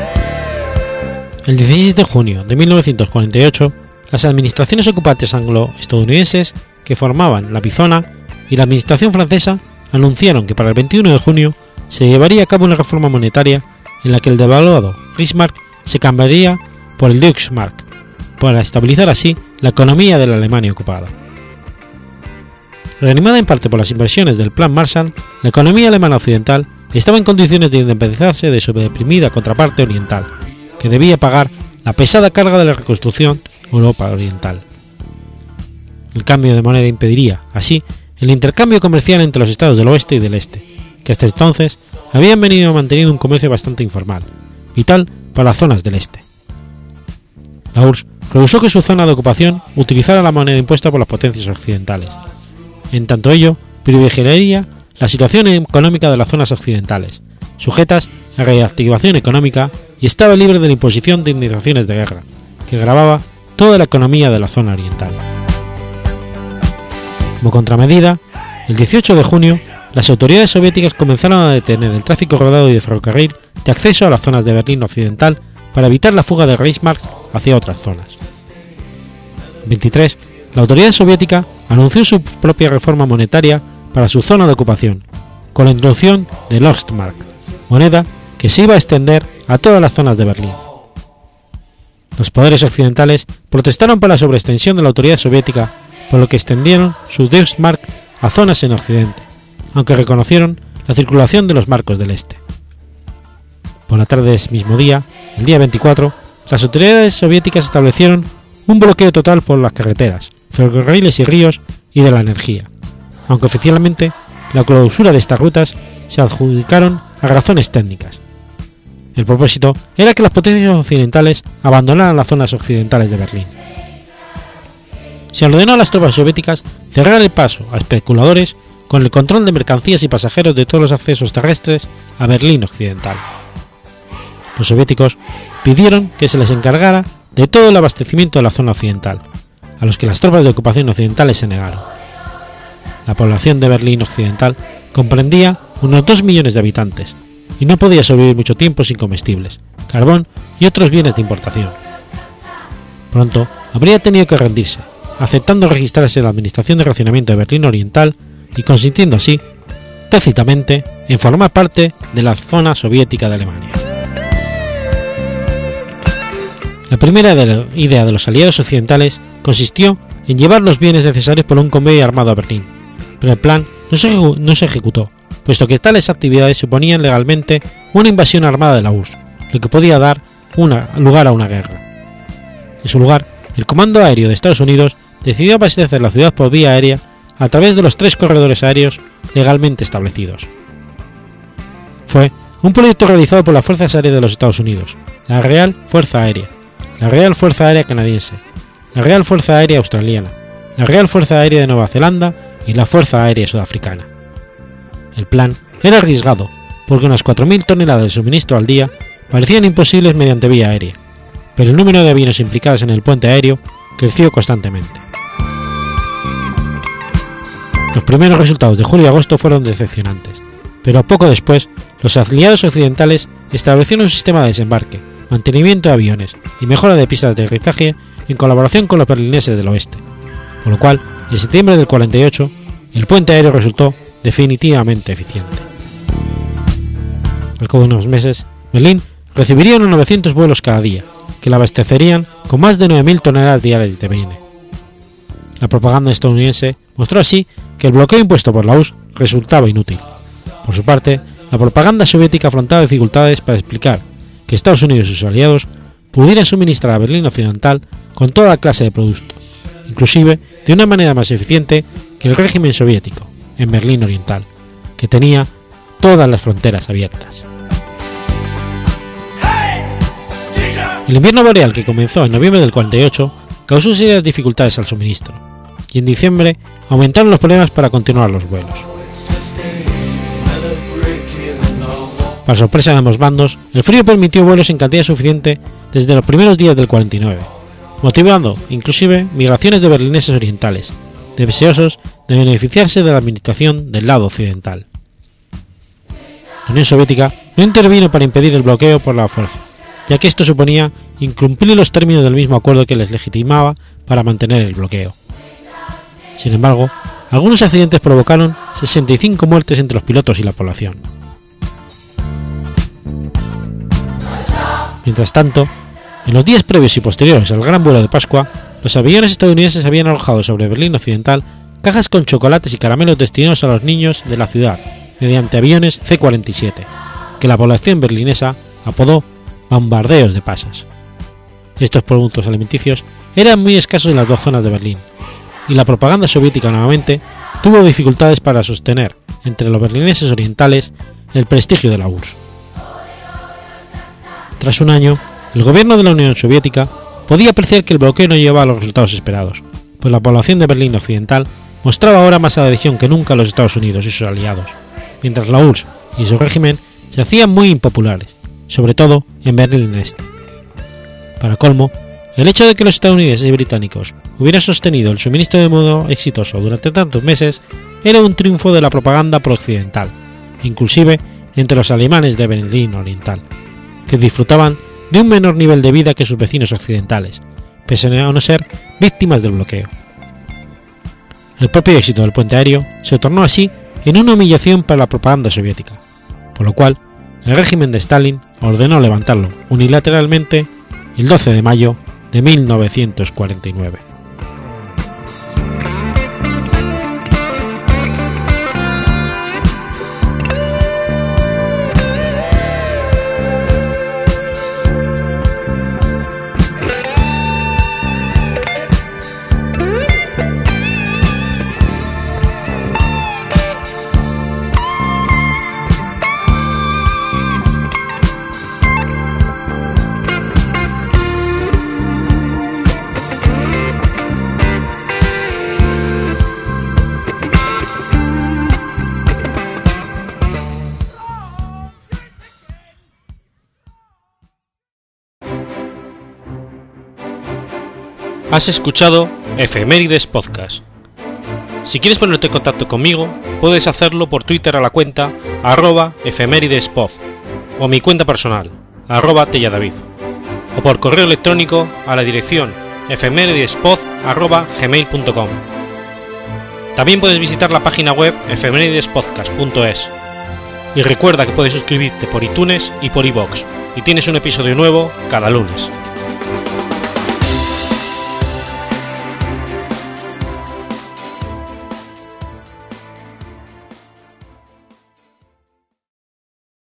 El dieciséis de junio de mil novecientos cuarenta y ocho, las administraciones ocupantes anglo-estadounidenses que formaban la bizona y la administración francesa anunciaron que para el veintiuno de junio se llevaría a cabo una reforma monetaria en la que el devaluado Reichsmark se cambiaría por el Deutschmark, para estabilizar así la economía de la Alemania ocupada. Reanimada en parte por las inversiones del Plan Marshall, la economía alemana occidental estaba en condiciones de independizarse de su deprimida contraparte oriental, que debía pagar la pesada carga de la reconstrucción Europa Oriental. El cambio de moneda impediría, así, el intercambio comercial entre los estados del oeste y del este, que hasta entonces habían venido manteniendo un comercio bastante informal, vital para las zonas del este. La U R S S rehusó que su zona de ocupación utilizara la moneda impuesta por las potencias occidentales. En tanto ello, privilegiaría la situación económica de las zonas occidentales, sujetas a reactivación económica, y estaba libre de la imposición de indemnizaciones de guerra, que gravaba toda la economía de la zona oriental. Como contramedida, el dieciocho de junio, las autoridades soviéticas comenzaron a detener el tráfico rodado y de ferrocarril de acceso a las zonas de Berlín Occidental para evitar la fuga de Reichsmark hacia otras zonas. veintitrés. La autoridad soviética anunció su propia reforma monetaria para su zona de ocupación, con la introducción del Ostmark, moneda que se iba a extender a todas las zonas de Berlín. Los poderes occidentales protestaron por la sobreextensión de la autoridad soviética, por lo que extendieron su Deutschmark a zonas en Occidente, aunque reconocieron la circulación de los marcos del Este. Por la tarde de ese mismo día, el día veinticuatro, las autoridades soviéticas establecieron un bloqueo total por las carreteras, ferrocarriles y ríos y de la energía, aunque oficialmente la clausura de estas rutas se adjudicaron a razones técnicas. El propósito era que las potencias occidentales abandonaran las zonas occidentales de Berlín. Se ordenó a las tropas soviéticas cerrar el paso a especuladores con el control de mercancías y pasajeros de todos los accesos terrestres a Berlín Occidental. Los soviéticos pidieron que se les encargara de todo el abastecimiento de la zona occidental, a los que las tropas de ocupación occidentales se negaron. La población de Berlín Occidental comprendía unos dos millones de habitantes y no podía sobrevivir mucho tiempo sin comestibles, carbón y otros bienes de importación. Pronto habría tenido que rendirse, aceptando registrarse en la Administración de Racionamiento de Berlín Oriental y consintiendo así, tácitamente, en formar parte de la zona soviética de Alemania. La primera idea de los aliados occidentales consistió en llevar los bienes necesarios por un convoy armado a Berlín, pero el plan no se, no se ejecutó, puesto que tales actividades suponían legalmente una invasión armada de la U R S S, lo que podía dar una, lugar a una guerra. En su lugar, el Comando Aéreo de Estados Unidos decidió abastecer la ciudad por vía aérea a través de los tres corredores aéreos legalmente establecidos. Fue un proyecto realizado por las Fuerzas Aéreas de los Estados Unidos, la Real Fuerza Aérea, la Real Fuerza Aérea Canadiense, la Real Fuerza Aérea Australiana, la Real Fuerza Aérea de Nueva Zelanda y la Fuerza Aérea Sudafricana. El plan era arriesgado, porque unas cuatro mil toneladas de suministro al día parecían imposibles mediante vía aérea, pero el número de aviones implicados en el puente aéreo creció constantemente. Los primeros resultados de julio y agosto fueron decepcionantes, pero poco después los aliados occidentales establecieron un sistema de desembarque, mantenimiento de aviones y mejora de pistas de aterrizaje en colaboración con los berlineses del oeste, por lo cual, en septiembre del cuarenta y ocho, el puente aéreo resultó definitivamente eficiente. Al cabo de unos meses, Berlín recibiría unos novecientos vuelos cada día, que la abastecerían con más de nueve mil toneladas diarias de bienes. La propaganda estadounidense mostró así que el bloqueo impuesto por la U R S S resultaba inútil. Por su parte, la propaganda soviética afrontaba dificultades para explicar que Estados Unidos y sus aliados pudiera suministrar a Berlín Occidental con toda clase de productos, inclusive de una manera más eficiente que el régimen soviético en Berlín Oriental, que tenía todas las fronteras abiertas. El invierno boreal, que comenzó en noviembre del cuarenta y ocho, causó serias dificultades al suministro, y en diciembre aumentaron los problemas para continuar los vuelos. Para sorpresa de ambos bandos, el frío permitió vuelos en cantidad suficiente desde los primeros días del cuarenta y nueve, motivando inclusive migraciones de berlineses orientales, deseosos de beneficiarse de la administración del lado occidental. La Unión Soviética no intervino para impedir el bloqueo por la fuerza, ya que esto suponía incumplir los términos del mismo acuerdo que les legitimaba para mantener el bloqueo. Sin embargo, algunos accidentes provocaron sesenta y cinco muertes entre los pilotos y la población. Mientras tanto, en los días previos y posteriores al gran vuelo de Pascua, los aviones estadounidenses habían arrojado sobre Berlín Occidental cajas con chocolates y caramelos destinados a los niños de la ciudad mediante aviones C cuarenta y siete, que la población berlinesa apodó bombardeos de pasas. Estos productos alimenticios eran muy escasos en las dos zonas de Berlín, y la propaganda soviética nuevamente tuvo dificultades para sostener entre los berlineses orientales el prestigio de la U R S S. Tras un año, el gobierno de la Unión Soviética podía apreciar que el bloqueo no llevaba a los resultados esperados, pues la población de Berlín Occidental mostraba ahora más adhesión que nunca a los Estados Unidos y sus aliados, mientras la U R S S y su régimen se hacían muy impopulares, sobre todo en Berlín Este. Para colmo, el hecho de que los estadounidenses y británicos hubieran sostenido el suministro de modo exitoso durante tantos meses era un triunfo de la propaganda pro-occidental, inclusive entre los alemanes de Berlín Oriental, que disfrutaban de un menor nivel de vida que sus vecinos occidentales, pese a no ser víctimas del bloqueo. El propio éxito del puente aéreo se tornó así en una humillación para la propaganda soviética, por lo cual el régimen de Stalin ordenó levantarlo unilateralmente el doce de mayo de mil novecientos cuarenta y nueve. Has escuchado Efemérides Podcast. Si quieres ponerte en contacto conmigo, puedes hacerlo por Twitter a la cuenta arroba efemeridespod o mi cuenta personal, arroba telladavid, o por correo electrónico a la dirección efemeridespod arroba gmail punto com. También puedes visitar la página web efemeridespodcast punto es. Y recuerda que puedes suscribirte por iTunes y por iVoox, y tienes un episodio nuevo cada lunes.